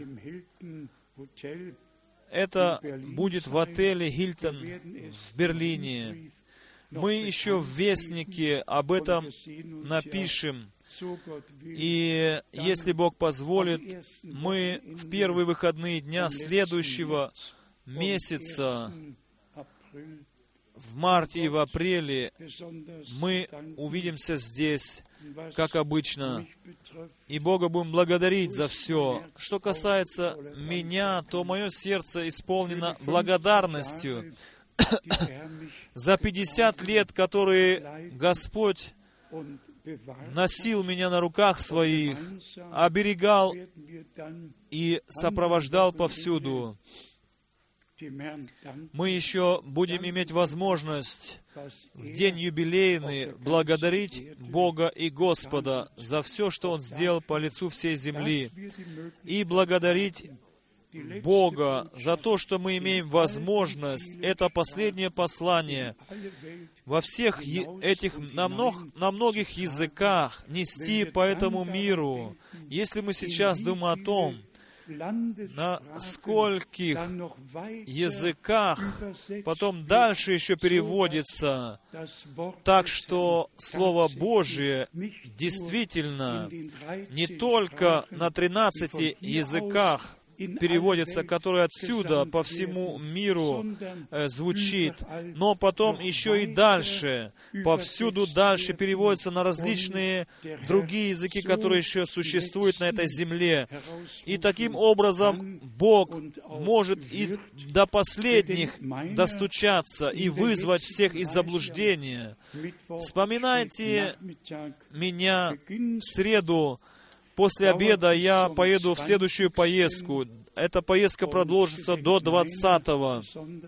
Это будет в отеле «Хилтон» в Берлине. Мы еще в Вестнике об этом напишем. И если Бог позволит, мы в первые выходные дня следующего месяца, в марте и в апреле, мы увидимся здесь, как обычно, и Бога будем благодарить за все. Что касается меня, то мое сердце исполнено благодарностью за пятьдесят лет, которые Господь носил меня на руках своих, оберегал и сопровождал повсюду. Мы еще будем иметь возможность в день юбилейный благодарить Бога и Господа за все, что Он сделал по лицу всей земли, и благодарить Бога за то, что мы имеем возможность это последнее послание во всех этих, на, мног, на многих языках нести по этому миру. Если мы сейчас думаем о том, на скольких языках потом дальше еще переводится, так что Слово Божие действительно не только на тринадцати языках переводится, который отсюда по всему миру э, звучит, но потом еще и дальше, повсюду дальше переводится на различные другие языки, которые еще существуют на этой земле. И таким образом Бог может и до последних достучаться и вызвать всех из заблуждения. Вспоминайте меня в среду. После обеда я поеду в следующую поездку. Эта поездка продолжится до двадцатого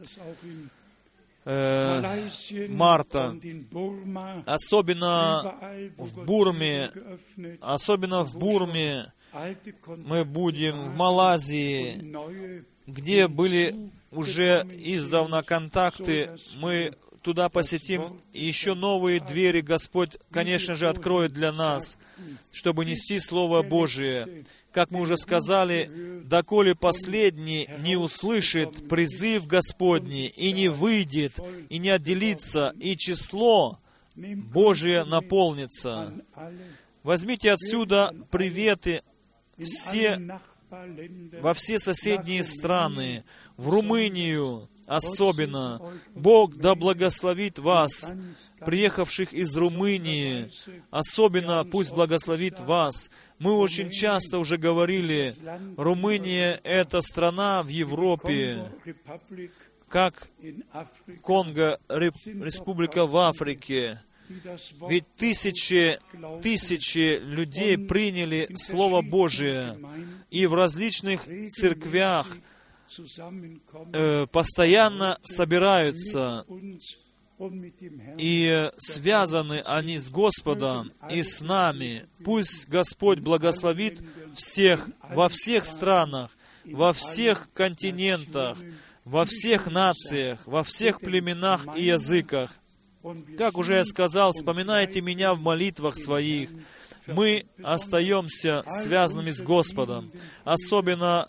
э, марта. Особенно в Бурме, особенно в Бурме мы будем, в Малайзии, где были уже издавна контакты, мы туда посетим, и еще новые двери Господь, конечно же, откроет для нас, чтобы нести Слово Божие. Как мы уже сказали, доколе последний не услышит призыв Господний, и не выйдет, и не отделится, и число Божие наполнится. Возьмите отсюда приветы все, во все соседние страны, в Румынию, особенно. Бог да благословит вас, приехавших из Румынии. Особенно пусть благословит вас. Мы очень часто уже говорили, Румыния — это страна в Европе, как Конго, республика в Африке. Ведь тысячи, тысячи людей приняли Слово Божие, и в различных церквях э, постоянно собираются, и связаны они с Господом и с нами. Пусть Господь благословит всех, во всех странах, во всех континентах, во всех нациях, во всех племенах и языках. Как уже я сказал, вспоминайте меня в молитвах своих. Мы остаемся связанными с Господом. Особенно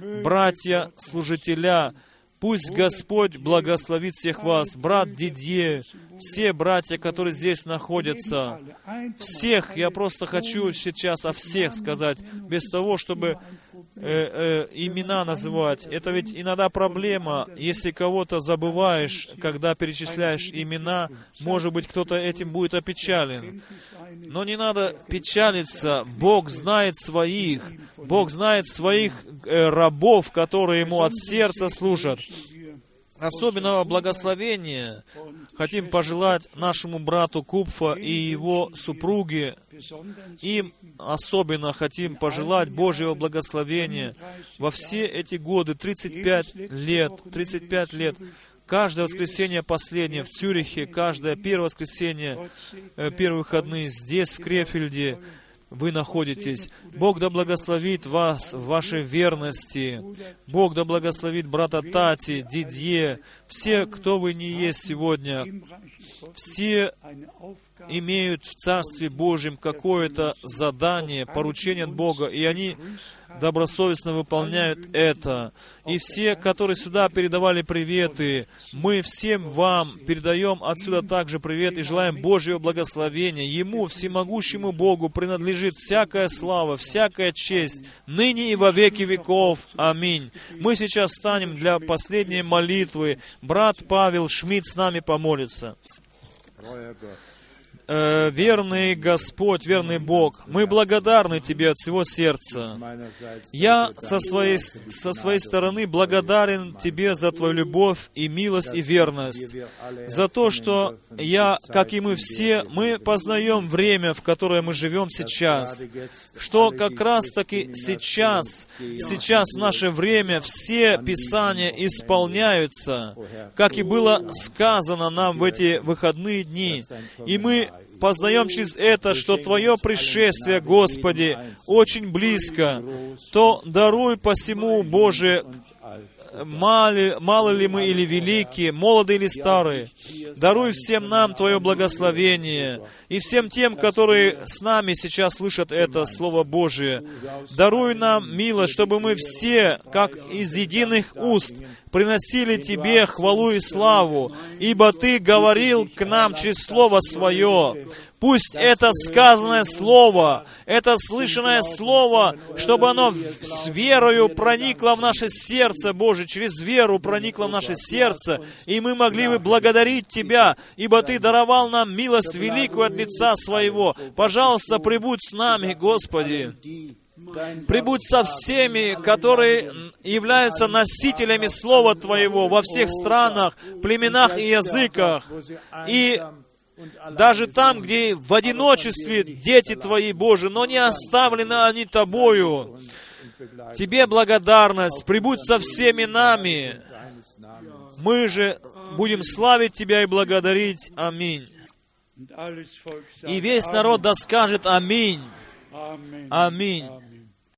братья-служителя. Пусть Господь благословит всех вас. Брат Дидье, все братья, которые здесь находятся. Всех, я просто хочу сейчас о всех сказать, без того, чтобы э, э, имена называть. Это ведь иногда проблема, если кого-то забываешь, когда перечисляешь имена, может быть, кто-то этим будет опечален. Но не надо печалиться. Бог знает своих. Бог знает своих э, рабов, которые Ему от сердца служат. Особенного благословения хотим пожелать нашему брату Купфа и его супруге. Им особенно хотим пожелать Божьего благословения во все эти годы, тридцать пять лет, тридцать пять лет. Каждое воскресенье последнее в Цюрихе, каждое первое воскресенье, первые выходные здесь, в Крефельде, вы находитесь. Бог да благословит вас в вашей верности. Бог да благословит брата Тати, Дидье, все, кто вы не есть сегодня. Все имеют в Царстве Божьем какое-то задание, поручение от Бога, и они добросовестно выполняют это. И все, которые сюда передавали приветы, мы всем вам передаем отсюда также привет и желаем Божьего благословения. Ему, всемогущему Богу, принадлежит всякая слава, всякая честь, ныне и во веки веков. Аминь. Мы сейчас встанем для последней молитвы. Брат Павел Шмидт с нами помолится. Верный Господь, верный Бог, мы благодарны Тебе от всего сердца. Я со своей, со своей стороны благодарен Тебе за Твою любовь и милость и верность, за то, что я, как и мы все, мы познаем время, в которое мы живем сейчас, что как раз-таки сейчас, сейчас в наше время все Писания исполняются, как и было сказано нам в эти выходные дни, и мы познаем через это, что Твое пришествие, Господи, очень близко, то даруй посему, Боже, мало, мало ли мы или великие, молодые или старые, даруй всем нам Твое благословение, и всем тем, которые с нами сейчас слышат это Слово Божие, даруй нам милость, чтобы мы все, как из единых уст, приносили Тебе хвалу и славу, ибо Ты говорил к нам через Слово Свое. Пусть это сказанное Слово, это слышанное Слово, чтобы оно с верою проникло в наше сердце, Боже, через веру проникло в наше сердце, и мы могли бы благодарить Тебя, ибо Ты даровал нам милость великую от лица Своего. Пожалуйста, прибудь с нами, Господи. Прибудь со всеми, которые являются носителями Слова Твоего во всех странах, племенах и языках. И даже там, где в одиночестве дети Твои, Боже, но не оставлены они Тобою. Тебе благодарность, прибудь со всеми нами. Мы же будем славить Тебя и благодарить. Аминь. И весь народ да скажет Аминь. Аминь.